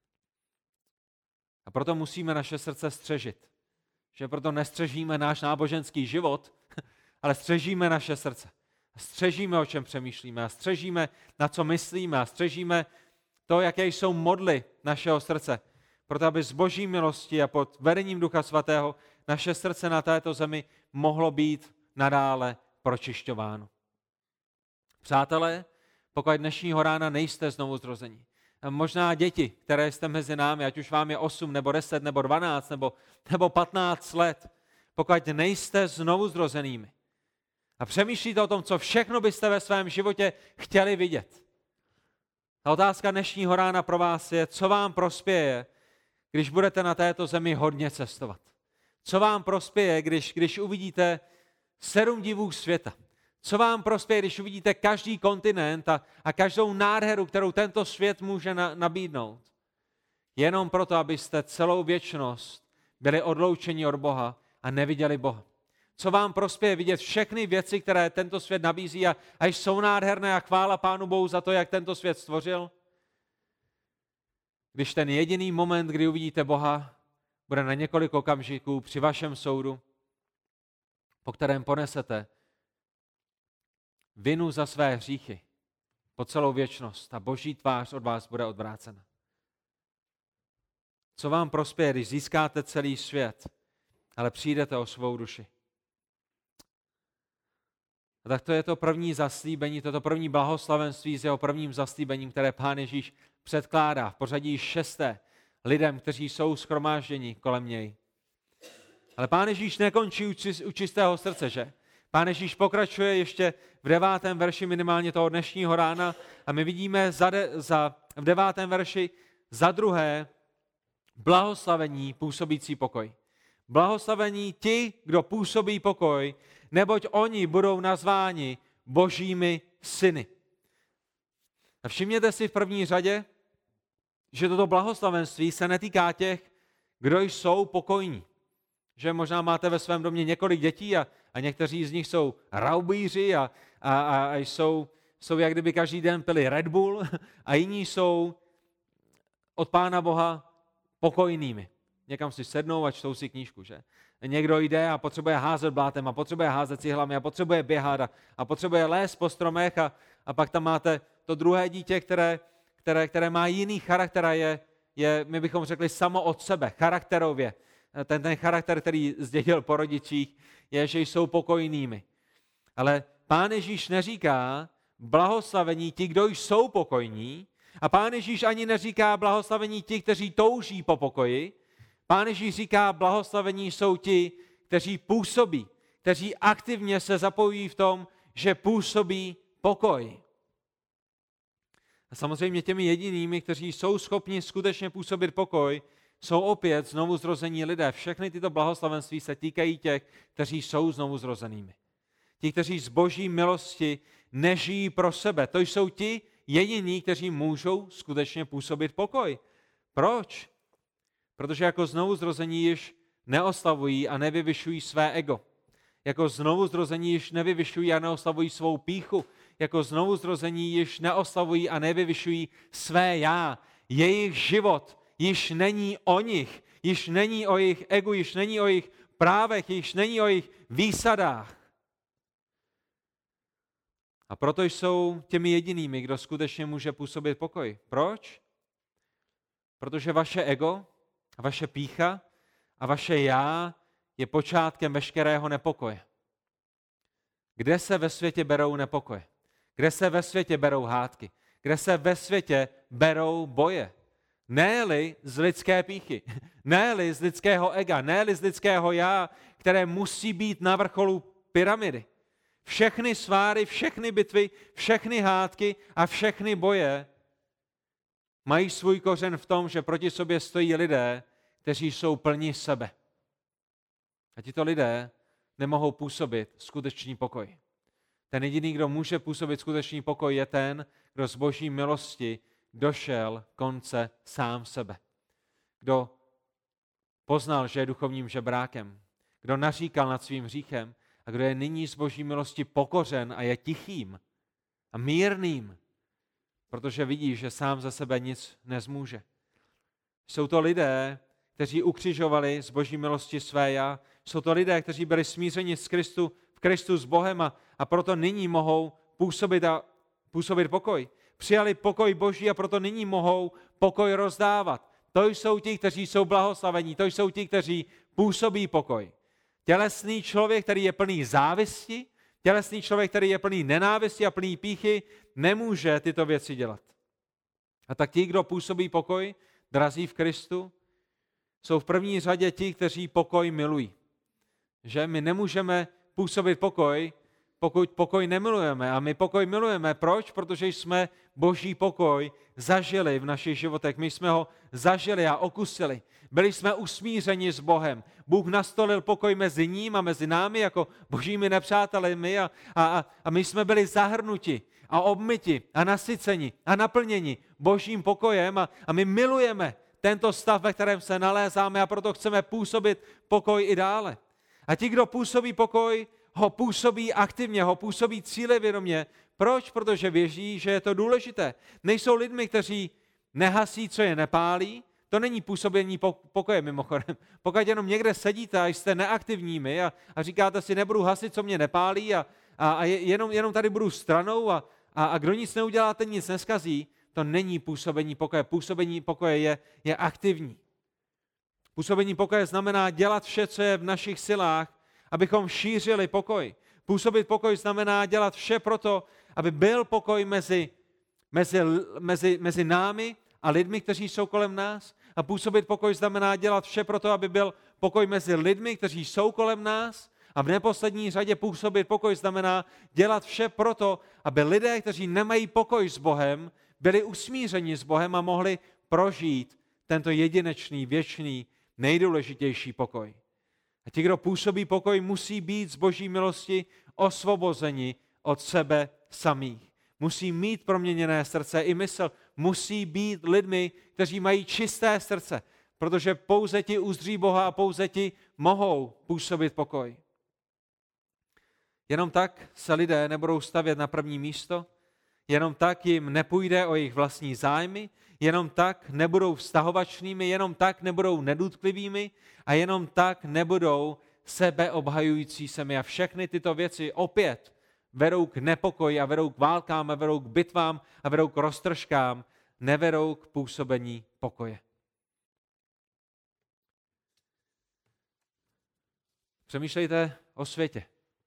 A proto musíme naše srdce střežit. Že proto nestřežíme náš náboženský život, ale střežíme naše srdce. Střežíme, o čem přemýšlíme, a střežíme, na co myslíme, a střežíme to, jaké jsou modly našeho srdce. Proto, aby z Boží milosti a pod vedením Ducha Svatého naše srdce na této zemi mohlo být nadále pročišťováno. Přátelé, pokud dnešního rána nejste znovu zrození, možná děti, které jste mezi námi, ať už vám je osm, nebo deset, nebo dvanáct, nebo, nebo patnáct let, pokud nejste znovu zrozenými a přemýšlíte o tom, co všechno byste ve svém životě chtěli vidět. Ta otázka dnešního rána pro vás je, co vám prospěje, když budete na této zemi hodně cestovat. Co vám prospěje, když, když uvidíte sedm divů světa. Co vám prospěje, když uvidíte každý kontinent a, a každou nádheru, kterou tento svět může na, nabídnout. Jenom proto, abyste celou věčnost byli odloučeni od Boha a neviděli Boha. Co vám prospěje vidět všechny věci, které tento svět nabízí a, a jsou nádherné a chvála Pánu Bohu za to, jak tento svět stvořil. Když ten jediný moment, kdy uvidíte Boha, bude na několik okamžiků při vašem soudu, po kterém ponesete vinu za své hříchy po celou věčnost a Boží tvář od vás bude odvrácena. Co vám prospěje, když získáte celý svět, ale přijdete o svou duši? A tak to je to první zaslíbení, toto první blahoslavenství s jeho prvním zaslíbením, které Pán Ježíš předkládá v pořadí šesté lidem, kteří jsou shromážděni kolem něj. Ale Pán Ježíš nekončí u čistého srdce, že? Pán Ježíš pokračuje ještě v devátém verši minimálně toho dnešního rána a my vidíme za de, za, v devátém verši za druhé blahoslavení působící pokoj. Blahoslavení ti, kdo působí pokoj, neboť oni budou nazváni Božími syny. A všimněte si v první řadě, že toto blahoslavenství se netýká těch, kdo jsou pokojní. Že možná máte ve svém domě několik dětí a, a někteří z nich jsou raubíři a, a, a jsou, jsou jak kdyby každý den pili Red Bull a jiní jsou od Pána Boha pokojnými. Někam si sednou a čtou si knížku, že? Někdo jde a potřebuje házet blátem a potřebuje házet cihlami a potřebuje běhat a, a potřebuje lézt po stromech a, a pak tam máte to druhé dítě, které, které, které má jiný charakter a je, je, my bychom řekli, samo od sebe, charakterově. Ten, ten charakter, který zdědil po rodičích, je, že jsou pokojnými. Ale Pán Ježíš neříká blahoslavení ti, kdo jsou pokojní, a Pán Ježíš ani neříká blahoslavení ti, kteří touží po pokoji. Pán Ježíš říká, blahoslavení jsou ti, kteří působí, kteří aktivně se zapojují v tom, že působí pokoj. A samozřejmě těmi jedinými, kteří jsou schopni skutečně působit pokoj, jsou opět znovu zrození lidé. Všechny tyto blahoslavenství se týkají těch, kteří jsou znovu zrozenými. Ti, kteří z Boží milosti nežijí pro sebe. To jsou ti, jediní, kteří můžou skutečně působit pokoj. Proč? Protože jako znovuzrození již neoslavují a nevyvyšují své ego. Jako znovuzrození již nevyvyšují a neoslavují svou pýchu. Jako znovuzrození již neoslavují a nevyvyšují své já. Jejich život již není o nich, již není o jejich egu, již není o jejich právech, již není o jejich výsadách. A proto jsou těmi jedinými, kdo skutečně může působit pokoj. Proč? Protože vaše ego, vaše pýcha a vaše já je počátkem veškerého nepokoje. Kde se ve světě berou nepokoje? Kde se ve světě berou hádky? Kde se ve světě berou boje? Ne-li z lidské pýchy, ne-li z lidského ega, ne-li z lidského já, které musí být na vrcholu pyramidy. Všechny sváry, všechny bitvy, všechny hádky a všechny boje mají svůj kořen v tom, že proti sobě stojí lidé, kteří jsou plní sebe. A tito lidé nemohou působit skutečný pokoj. Ten jediný, kdo může působit skutečný pokoj, je ten, kdo z boží milosti došel konce sám sebe. Kdo poznal, že je duchovním žebrákem, kdo naříkal nad svým hříchem a kdo je nyní z boží milosti pokořen a je tichým a mírným, protože vidí, že sám za sebe nic nezmůže. Jsou to lidé, kteří ukřižovali z boží milosti své já. Jsou to lidé, kteří byli smířeni s Kristu, v Kristu s Bohem a, a proto nyní mohou působit, a, působit pokoj. Přijali pokoj boží a proto nyní mohou pokoj rozdávat. To jsou ti, kteří jsou blahoslavení, to jsou ti, kteří působí pokoj. Tělesný člověk, který je plný závisti, tělesný člověk, který je plný nenávisti a plný pýchy, nemůže tyto věci dělat. A tak ti, kdo působí pokoj, drazí v Kristu, jsou v první řadě ti, kteří pokoj milují. Že my nemůžeme působit pokoj, pokud pokoj nemilujeme. A my pokoj milujeme. Proč? Protože jsme boží pokoj zažili v našich životech. My jsme ho zažili a okusili. Byli jsme usmířeni s Bohem. Bůh nastolil pokoj mezi ním a mezi námi jako božími nepřáteli a, a, a my jsme byli zahrnuti a obmyti a nasyceni a naplněni božím pokojem a, a my milujeme tento stav, ve kterém se nalézáme a proto chceme působit pokoj i dále. A ti, kdo působí pokoj, ho působí aktivně, ho působí cílevědomě. Proč? Protože věří, že je to důležité. Nejsou lidmi, kteří nehasí, co je nepálí. To není působení pokoje mimochodem. Pokud jenom někde sedíte a jste neaktivními a, a říkáte si, nebudu hasit, co mě nepálí a, a, a jenom, jenom tady budu stranou a, a, a kdo nic neudělá, ten nic neskazí, to není působení pokoje. Působení pokoje je, je aktivní. Působení pokoje znamená dělat vše, co je v našich silách, abychom šířili pokoj. Působit pokoj znamená dělat vše proto, aby byl pokoj mezi, mezi, mezi, mezi námi a lidmi, kteří jsou kolem nás. A působit pokoj znamená dělat vše proto, aby byl pokoj mezi lidmi, kteří jsou kolem nás. A v neposlední řadě působit pokoj znamená dělat vše proto, aby lidé, kteří nemají pokoj s Bohem, byli usmířeni s Bohem a mohli prožít tento jedinečný, věčný, nejdůležitější pokoj. A ti, kdo působí pokoj, musí být z boží milosti osvobozeni od sebe samých. Musí mít proměněné srdce i mysl. Musí být lidmi, kteří mají čisté srdce, protože pouze ti uzří Boha a pouze ti mohou působit pokoj. Jenom tak se lidé nebudou stavět na první místo, jenom tak jim nepůjde o jejich vlastní zájmy, jenom tak nebudou vztahovačnými, jenom tak nebudou nedůtklivými a jenom tak nebudou sebeobhajující se mi. A všechny tyto věci opět vedou k nepokoji a vedou k válkám a vedou k bitvám a vedou k roztržkám, nevedou k působení pokoje. Přemýšlejte o světě.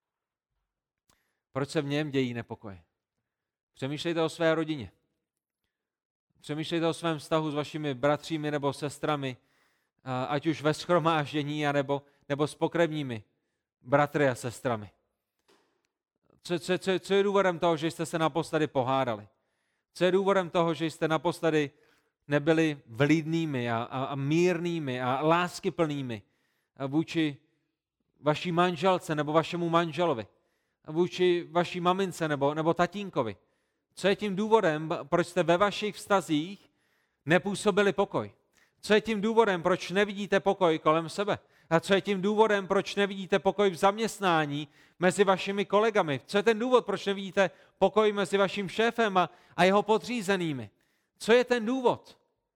Proč se v něm dějí nepokoje? Přemýšlejte o své rodině. Přemýšlejte o svém vztahu s vašimi bratřími nebo sestrami, ať už ve shromáždění, nebo, nebo s pokrevními bratry a sestrami. Co, co, co, co je důvodem toho, že jste se naposledy pohádali? Co je důvodem toho, že jste naposledy nebyli vlídnými a, a, a mírnými a láskyplnými vůči vaší manželce nebo vašemu manželovi, vůči vaší mamince nebo, nebo tatínkovi? Co je tím důvodem, proč jste ve vašich vztazích nepůsobili pokoj? Co je tím důvodem, proč nevidíte pokoj kolem sebe? A co je tím důvodem, proč nevidíte pokoj v zaměstnání mezi vašimi kolegami? Co je ten důvod, proč nevidíte pokoj mezi vaším šéfem a, a jeho podřízenými? Co je ten důvod?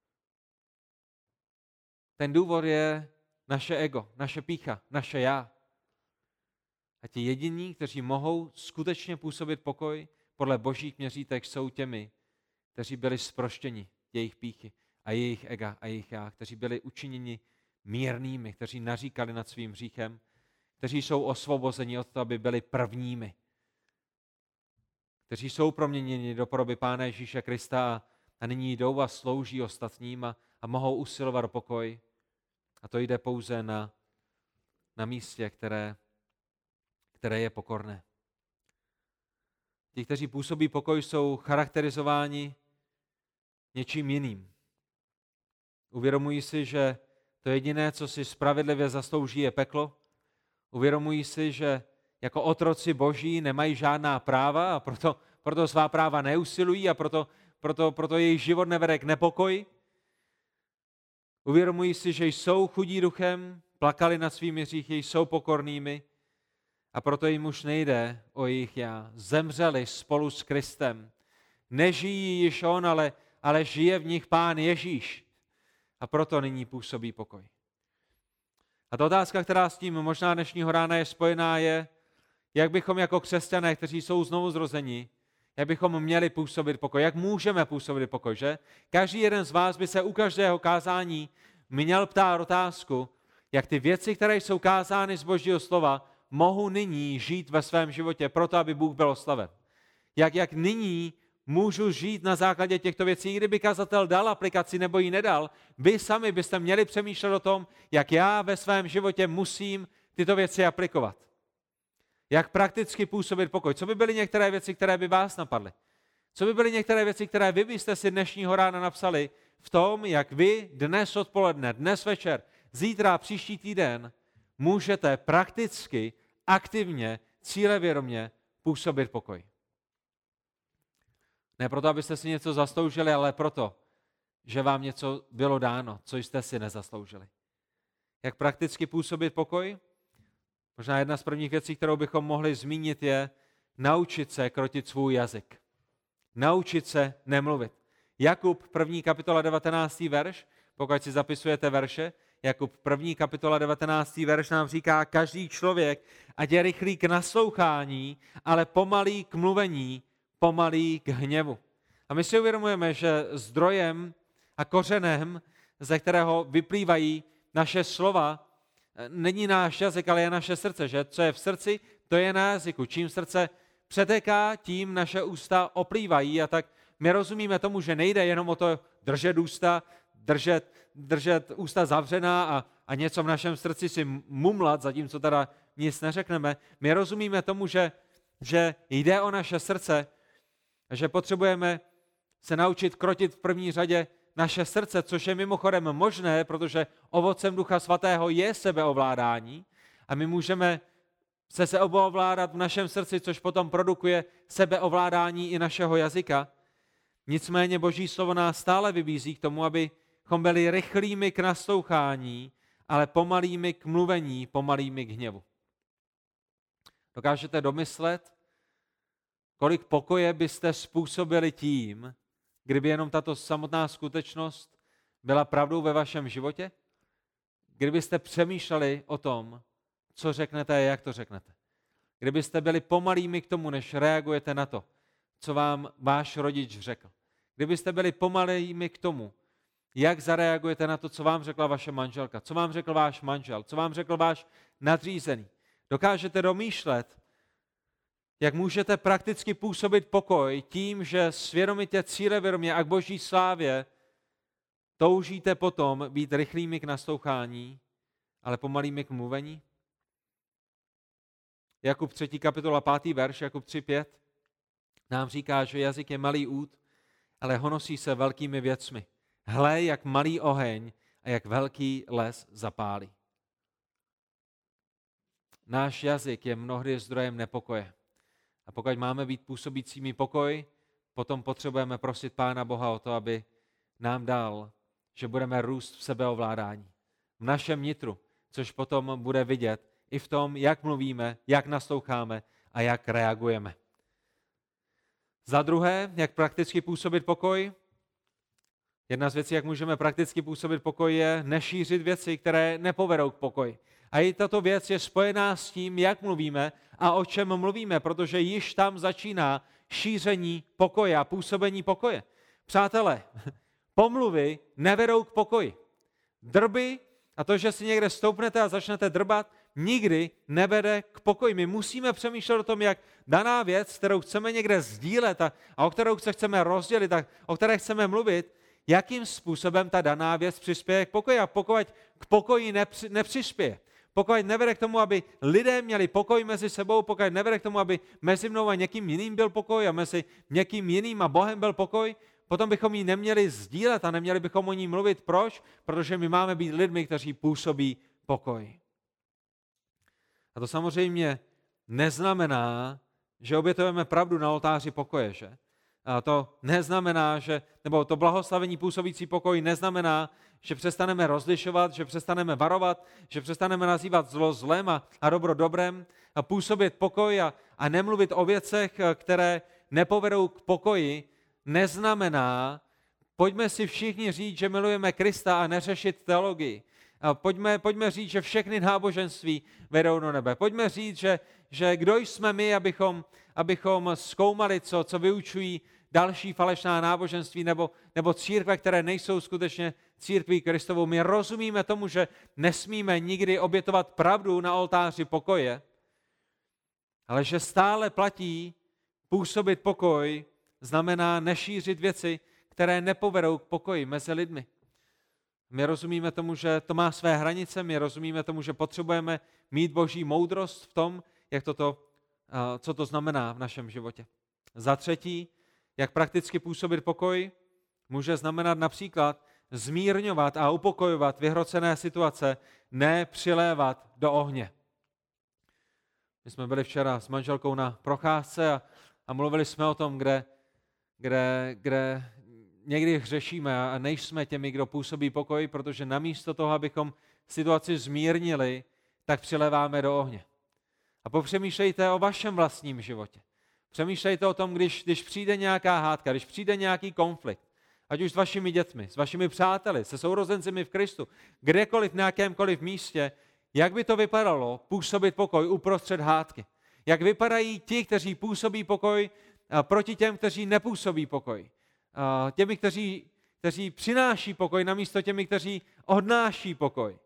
Ten důvod je naše ego, naše pýcha, naše já. A ti jediní, kteří mohou skutečně působit pokoj podle božích měřítek, jsou těmi, kteří byli zproštěni jejich pýchy a jejich ega a jejich já, kteří byli učiněni mírnými, kteří naříkali nad svým hříchem, kteří jsou osvobozeni od toho, aby byli prvními, kteří jsou proměněni do podoby Pána Ježíše Krista a nyní jdou a slouží ostatním a, a mohou usilovat o pokoj. A to jde pouze na, na místě, které, které je pokorné. Ti, kteří působí pokoj, jsou charakterizováni něčím jiným. Uvědomují si, že to jediné, co si spravedlivě zaslouží, je peklo. Uvědomují si, že jako otroci boží nemají žádná práva a proto, proto svá práva neusilují a proto, proto, proto jejich život nevede k nepokoji. Uvědomují si, že jsou chudí duchem, plakali nad svými hříchy, jsou pokornými a proto jim už nejde o jejich já. Zemřeli spolu s Kristem. Nežijí již on, ale, ale žije v nich Pán Ježíš. A proto nyní působí pokoj. A ta otázka, která s tím možná dnešního rána je spojená, je, jak bychom jako křesťané, kteří jsou znovu zrozeni, jak bychom měli působit pokoj, jak můžeme působit pokoj, že? Každý jeden z vás by se u každého kázání měl ptát otázku, jak ty věci, které jsou kázány z Božího slova, mohu nyní žít ve svém životě, proto aby Bůh byl oslaven. Jak, jak nyní můžu žít na základě těchto věcí, i kdyby kazatel dal aplikaci nebo ji nedal, vy sami byste měli přemýšlet o tom, jak já ve svém životě musím tyto věci aplikovat. Jak prakticky působit pokoj. Co by byly některé věci, které by vás napadly? Co by byly některé věci, které vy byste si dnešního rána napsali v tom, jak vy dnes odpoledne, dnes večer, zítra, příští týden můžete prakticky, aktivně, cílevědomě působit pokoj. Ne proto, abyste si něco zasloužili, ale proto, že vám něco bylo dáno, co jste si nezasloužili. Jak prakticky působit pokoj? Možná jedna z prvních věcí, kterou bychom mohli zmínit, je naučit se krotit svůj jazyk. Naučit se nemluvit. Jakub, první kapitola devatenáctý verš, pokud si zapisujete verše, Jakub, první kapitola devatenáctý verš nám říká, každý člověk, ať je rychlý k naslouchání, ale pomalý k mluvení, pomalý k hněvu. A my si uvědomujeme, že zdrojem a kořenem, ze kterého vyplývají naše slova, není náš jazyk, ale je naše srdce, že? Co je v srdci, to je na jazyku. Čím srdce přetéká, tím naše ústa oplývají a tak my rozumíme tomu, že nejde jenom o to držet ústa, držet, držet ústa zavřená a, a něco v našem srdci si mumlat, zatímco teda nic neřekneme. My rozumíme tomu, že, že jde o naše srdce, že potřebujeme se naučit krotit v první řadě naše srdce, což je mimochodem možné, protože ovocem Ducha Svatého je sebeovládání a my můžeme se sebeovládat v našem srdci, což potom produkuje sebeovládání i našeho jazyka. Nicméně Boží slovo nás stále vybízí k tomu, abychom byli rychlými k naslouchání, ale pomalými k mluvení, pomalými k hněvu. Dokážete domyslet, kolik pokoje byste způsobili tím, kdyby jenom tato samotná skutečnost byla pravdou ve vašem životě? Kdybyste přemýšleli o tom, co řeknete a jak to řeknete. Kdybyste byli pomalými k tomu, než reagujete na to, co vám váš rodič řekl. Kdybyste byli pomalými k tomu, jak zareagujete na to, co vám řekla vaše manželka, co vám řekl váš manžel, co vám řekl váš nadřízený. Dokážete domýšlet, jak můžete prakticky působit pokoj tím, že svědomitě, cílevědomě a k Boží slávě toužíte potom být rychlými k naslouchání, ale pomalými k mluvení? Jakub třetí kapitola pátý verš, Jakub tři pět nám říká, že jazyk je malý út, ale honosí se velkými věcmi. Hle, jak malý oheň a jak velký les zapálí. Náš jazyk je mnohdy zdrojem nepokoje. A pokud máme být působícími pokoj, potom potřebujeme prosit Pána Boha o to, aby nám dal, že budeme růst v sebeovládání, v našem nitru, což potom bude vidět i v tom, jak mluvíme, jak nasloucháme a jak reagujeme. Za druhé, jak prakticky působit pokoj. Jedna z věcí, jak můžeme prakticky působit pokoj, je nešířit věci, které nepovedou k pokoji. A i tato věc je spojená s tím, jak mluvíme a o čem mluvíme, protože již tam začíná šíření pokoje a působení pokoje. Přátelé, pomluvy nevedou k pokoji. Drby a to, že si někde stoupnete a začnete drbat, nikdy nevede k pokoji. My musíme přemýšlet o tom, jak daná věc, kterou chceme někde sdílet a, a o kterou se chceme rozdělit a o které chceme mluvit, jakým způsobem ta daná věc přispěje k pokoji. A pokud k pokoji nepři, nepřispěje, pokud nevede k tomu, aby lidé měli pokoj mezi sebou, pokud nevede k tomu, aby mezi mnou a někým jiným byl pokoj a mezi někým jiným a Bohem byl pokoj, potom bychom ji neměli sdílet a neměli bychom o ní mluvit. Proč? Protože my máme být lidmi, kteří působí pokoj. A to samozřejmě neznamená, že obětujeme pravdu na oltáři pokoje, že? A to neznamená, že, nebo to blahoslavení působící pokoj neznamená, že přestaneme rozlišovat, že přestaneme varovat, že přestaneme nazývat zlo zlem a, a dobro dobrem a působit pokoj a, a nemluvit o věcech, které nepovedou k pokoji, neznamená, pojďme si všichni říct, že milujeme Krista a neřešit teologii. A pojďme, pojďme říct, že všechny náboženství vedou do nebe. Pojďme říct, že, že kdo jsme my, abychom, abychom zkoumali, co, co vyučují další falešná náboženství nebo, nebo církve, které nejsou skutečně církví Kristovou. My rozumíme tomu, že nesmíme nikdy obětovat pravdu na oltáři pokoje, ale že stále platí působit pokoj, znamená nešířit věci, které nepovedou k pokoji mezi lidmi. My rozumíme tomu, že to má své hranice, my rozumíme tomu, že potřebujeme mít boží moudrost v tom, jak toto, co to znamená v našem životě. Za třetí, jak prakticky působit pokoj, může znamenat například zmírňovat a upokojovat vyhrocené situace, ne přilévat do ohně. My jsme byli včera s manželkou na procházce a, a mluvili jsme o tom, kde, kde, kde někdy hřešíme a nejsme těmi, kdo působí pokoj, protože namísto toho, abychom situaci zmírnili, tak přiléváme do ohně. A popřemýšlejte o vašem vlastním životě. Přemýšlejte o tom, když, když přijde nějaká hádka, když přijde nějaký konflikt, ať už s vašimi dětmi, s vašimi přáteli, se sourozencemi v Kristu, kdekoliv, v nějakémkoliv místě, jak by to vypadalo působit pokoj uprostřed hádky. Jak vypadají ti, kteří působí pokoj proti těm, kteří nepůsobí pokoj. Těmi, kteří, kteří přináší pokoj, namísto těmi, kteří odnáší pokoj.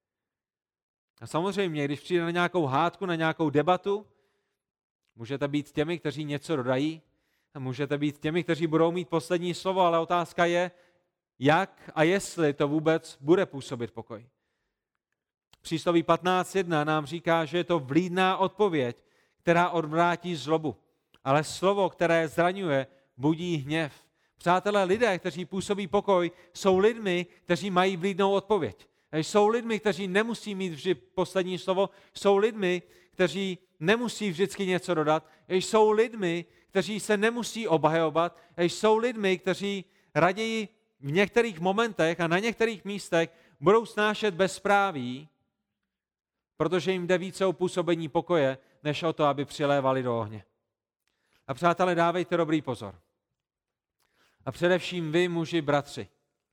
A samozřejmě, když přijde na nějakou hádku, na nějakou debatu, můžete být těmi, kteří něco dodají, a můžete být těmi, kteří budou mít poslední slovo, ale otázka je, jak a jestli to vůbec bude působit pokoj. Přísloví patnáct jedna nám říká, že je to vlídná odpověď, která odvrátí zlobu, ale slovo, které zraňuje, budí hněv. Přátelé, lidé, kteří působí pokoj, jsou lidmi, kteří mají vlídnou odpověď. Jsou lidmi, kteří nemusí mít vždy poslední slovo, jsou lidmi, kteří nemusí vždycky něco dodat, jsou lidmi, kteří se nemusí obhajovat, jsou lidmi, kteří raději v některých momentech a na některých místech budou snášet bezpráví, protože jim jde více o působení pokoje, než o to, aby přilévali do ohně. A přátelé, dávejte dobrý pozor. A především vy, muži, bratři.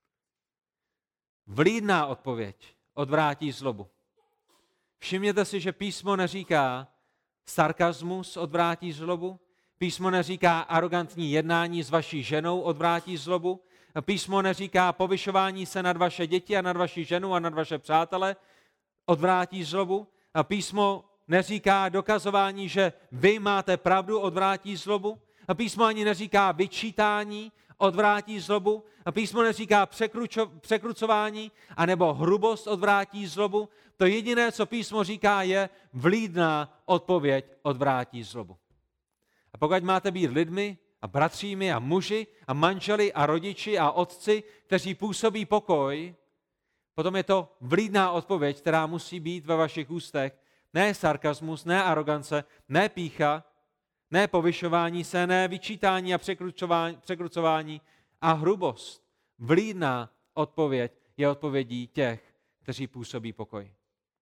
Vlídná odpověď odvrátí zlobu. Všimněte si, že písmo neříká sarkazmus odvrátí zlobu, písmo neříká arrogantní jednání s vaší ženou odvrátí zlobu, písmo neříká povyšování se nad vaše děti a nad vaši ženu a nad vaše přátele odvrátí zlobu, a písmo neříká dokazování, že vy máte pravdu, odvrátí zlobu, a písmo ani neříká vyčítání, odvrátí zlobu, a písmo neříká překručo, překrucování anebo hrubost odvrátí zlobu. To jediné, co písmo říká, je vlídná odpověď odvrátí zlobu. A pokud máte být lidmi a bratřími a muži a manželi a rodiči a otci, kteří působí pokoj, potom je to vlídná odpověď, která musí být ve vašich ústech. Ne sarkazmus, ne arogance, ne pýcha, Ne povyšování se, ne vyčítání a překrucování, překrucování a hrubost. Vlídná odpověď je odpovědí těch, kteří působí pokoj.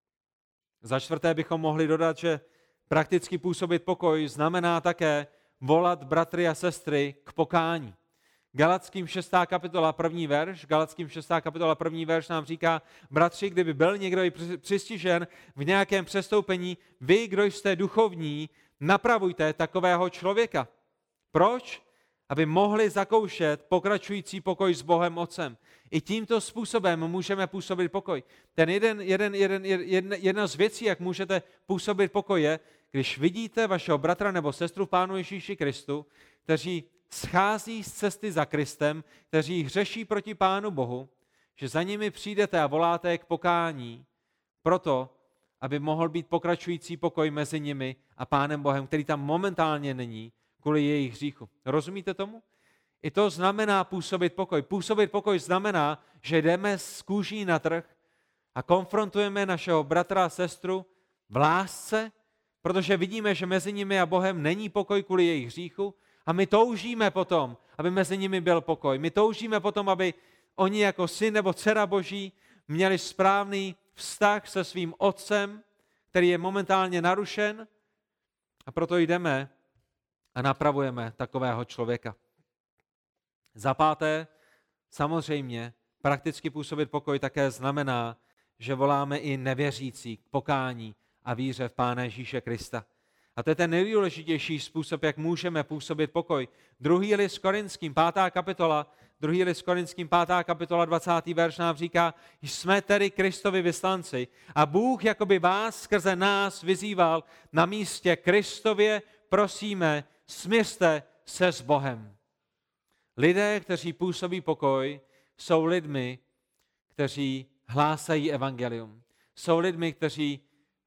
Za čtvrté bychom mohli dodat, že prakticky působit pokoj znamená také volat bratry a sestry k pokání. Galatským šestá kapitola první verš, Galatským šestá kapitola první verš nám říká: bratři, kdyby byl někdo i přistižen v nějakém přestoupení, vy, kdo jste duchovní, napravujte takového člověka. Proč? Aby mohli zakoušet pokračující pokoj s Bohem Otcem. I tímto způsobem můžeme působit pokoj. Ten jeden, jeden, jeden, jedna, jedna z věcí, jak můžete působit pokoj, je, když vidíte vašeho bratra nebo sestru v Pánu Ježíši Kristu, kteří schází z cesty za Kristem, kteří hřeší proti Pánu Bohu, že za nimi přijdete a voláte k pokání, proto, aby mohl být pokračující pokoj mezi nimi a Pánem Bohem, který tam momentálně není, kvůli jejich hříchu. Rozumíte tomu? I to znamená působit pokoj. Působit pokoj znamená, že jdeme z kůží na trh a konfrontujeme našeho bratra a sestru v lásce, protože vidíme, že mezi nimi a Bohem není pokoj kvůli jejich hříchu a my toužíme potom, aby mezi nimi byl pokoj. My toužíme potom, aby oni jako syn nebo dcera Boží měli správný vztah se svým otcem, který je momentálně narušen, a proto jdeme a napravujeme takového člověka. Za páté, samozřejmě, prakticky působit pokoj také znamená, že voláme i nevěřící k pokání a víře v Pána Ježíše Krista. A to je ten nejdůležitější způsob, jak můžeme působit pokoj. Druhý list Korinským, pátá kapitola, druhý list Korinským, pátá kapitola, dvacátý verš nám říká: jsme tedy Kristovi vyslanci a Bůh jakoby vás skrze nás vyzýval na místě Kristově, prosíme, smiřte se s Bohem. Lidé, kteří působí pokoj, jsou lidmi, kteří hlásají evangelium. Jsou lidmi, kteří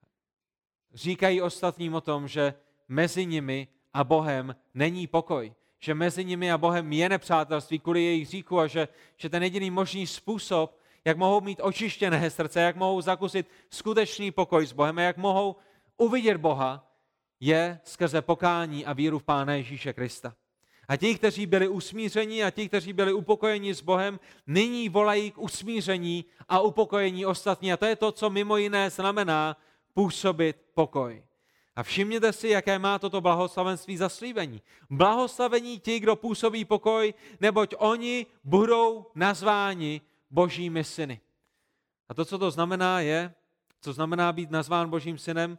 říkají ostatním o tom, že mezi nimi a Bohem není pokoj. Že mezi nimi a Bohem je nepřátelství kvůli jejich hříchu a že, že ten jediný možný způsob, jak mohou mít očištěné srdce, jak mohou zakusit skutečný pokoj s Bohem a jak mohou uvidět Boha, je skrze pokání a víru v Pána Ježíše Krista. A ti, kteří byli usmíření a ti, kteří byli upokojeni s Bohem, nyní volají k usmíření a upokojení ostatní. A to je to, co mimo jiné znamená působit pokoj. A všimněte si, jaké má toto blahoslavenství zaslíbení. Blahoslavení ti, kdo působí pokoj, neboť oni budou nazváni Božími syny. A to, co to znamená, je, co znamená být nazván Božím synem,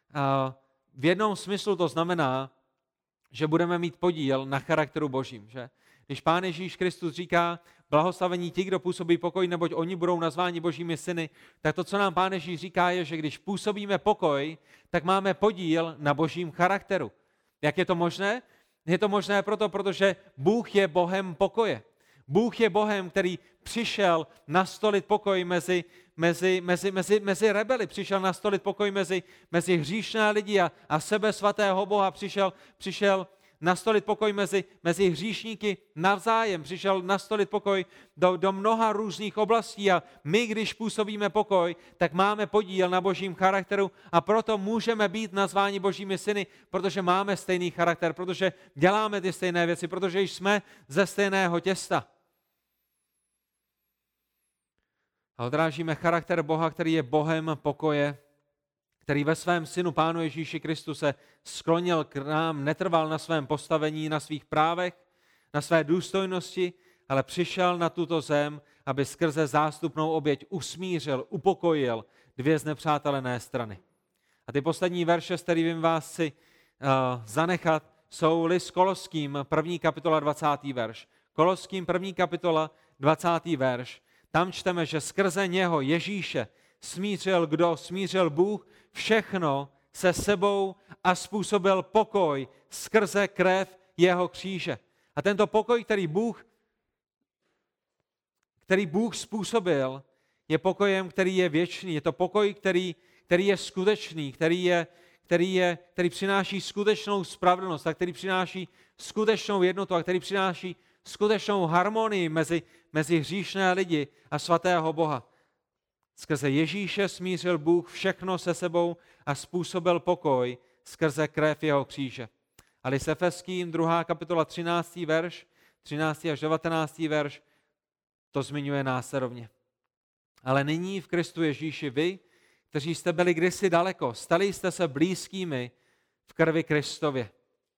v jednom smyslu to znamená, že budeme mít podíl na charakteru Božím. Že? Když Pán Ježíš Kristus říká, blahoslavení ti, kdo působí pokoj, neboť oni budou nazváni Božími syny, tak to, co nám Pán Ježíš říká, je, že když působíme pokoj, tak máme podíl na Božím charakteru. Jak je to možné? Je to možné proto, protože Bůh je Bohem pokoje. Bůh je Bohem, který přišel nastolit pokoj mezi, mezi, mezi, mezi, mezi rebeli, přišel nastolit pokoj mezi, mezi hříšné lidi a, a sebe svatého Boha, přišel, přišel nastolit pokoj mezi, mezi hříšníky navzájem, přišel nastolit pokoj do, do mnoha různých oblastí a my, když působíme pokoj, tak máme podíl na Božím charakteru a proto můžeme být nazváni Božími syny, protože máme stejný charakter, protože děláme ty stejné věci, protože jsme ze stejného těsta. A odrážíme charakter Boha, který je Bohem pokoje, který ve svém synu Pánu Ježíši Kristu se sklonil k nám, netrval na svém postavení, na svých právech, na své důstojnosti, ale přišel na tuto zem, aby skrze zástupnou oběť usmířil, upokojil dvě znepřátelené strany. A ty poslední verše, s kterými vás chci uh, zanechat, jsou list Koloským, první kapitola, dvacátý verš. Koloským, první kapitola, dvacátý verš. Tam čteme, že skrze něho Ježíše smířil kdo? Smířil Bůh všechno se sebou a způsobil pokoj skrze krev jeho kříže. A tento pokoj, který Bůh, který Bůh způsobil, je pokojem, který je věčný. Je to pokoj, který, který je skutečný, který, je, který, je, který přináší skutečnou spravedlnost a který přináší skutečnou jednotu a který přináší skutečnou harmonii mezi, mezi hříšné lidi a svatého Boha. Skrze Ježíše smířil Bůh všechno se sebou a způsobil pokoj skrze krev jeho kříže. A list Efeským, druhá kapitola, třináctý verš, třináctý až devatenáctý verš, to zmiňuje následovně. Ale nyní v Kristu Ježíši vy, kteří jste byli kdysi daleko, stali jste se blízkými v krvi Kristově.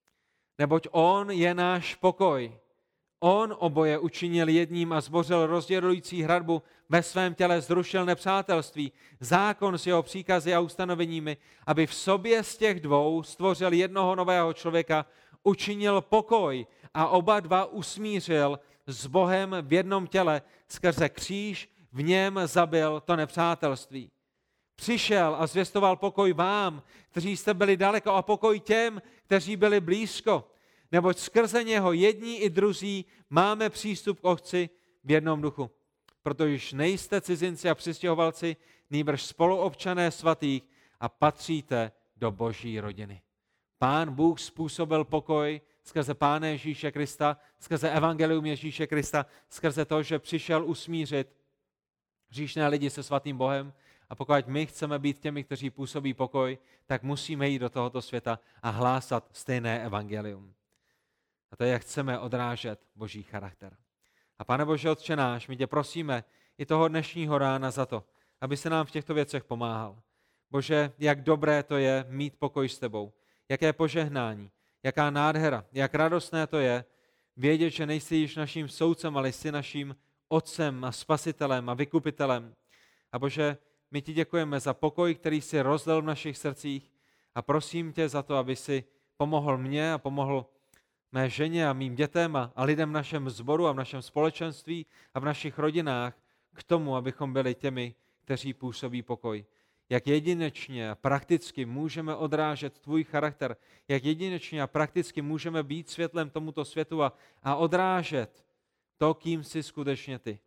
Neboť on je náš pokoj. On oboje učinil jedním a zbořil rozdělující hradbu, ve svém těle zrušil nepřátelství, zákon s jeho příkazy a ustanoveními, aby v sobě z těch dvou stvořil jednoho nového člověka, učinil pokoj a oba dva usmířil s Bohem v jednom těle skrze kříž, v něm zabil to nepřátelství. Přišel a zvěstoval pokoj vám, kteří jste byli daleko, a pokoj těm, kteří byli blízko. Neboť skrze něho jední i druzí máme přístup k Otci v jednom duchu. Protože již nejste cizinci a přistěhovalci, nýbrž spoluobčané svatých a patříte do Boží rodiny. Pán Bůh způsobil pokoj skrze Pána Ježíše Krista, skrze evangelium Ježíše Krista, skrze to, že přišel usmířit hříšné lidi se svatým Bohem. A pokud my chceme být těmi, kteří působí pokoj, tak musíme jít do tohoto světa a hlásat stejné evangelium. A to je, jak chceme odrážet Boží charakter. A Pane Bože Otče náš, my tě prosíme i toho dnešního rána za to, aby se nám v těchto věcech pomáhal. Bože, jak dobré to je mít pokoj s tebou, jaké požehnání, jaká nádhera, jak radostné to je vědět, že nejsi již naším soudcem, ale jsi naším otcem a spasitelem a vykupitelem. A Bože, my ti děkujeme za pokoj, který jsi rozlil v našich srdcích, a prosím tě za to, aby si pomohl mně a pomohl mé ženě a mým dětem a, a lidem v našem sboru a v našem společenství a v našich rodinách k tomu, abychom byli těmi, kteří působí pokoj. Jak jedinečně a prakticky můžeme odrážet tvůj charakter, jak jedinečně a prakticky můžeme být světlem tomuto světu a, a odrážet to, kým jsi skutečně ty.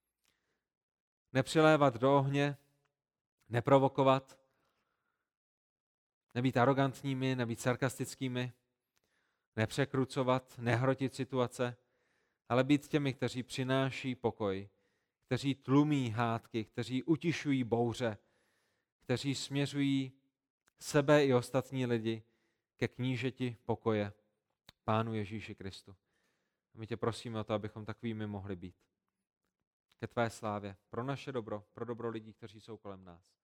Nepřilévat do ohně, neprovokovat, nebýt arrogantními, nebýt sarkastickými, nepřekrucovat, nehrotit situace, ale být těmi, kteří přináší pokoj, kteří tlumí hádky, kteří utišují bouře, kteří směřují sebe i ostatní lidi ke knížeti pokoje, Pánu Ježíši Kristu. A my tě prosíme o to, abychom takovými mohli být. Ke tvé slávě, pro naše dobro, pro dobro lidí, kteří jsou kolem nás.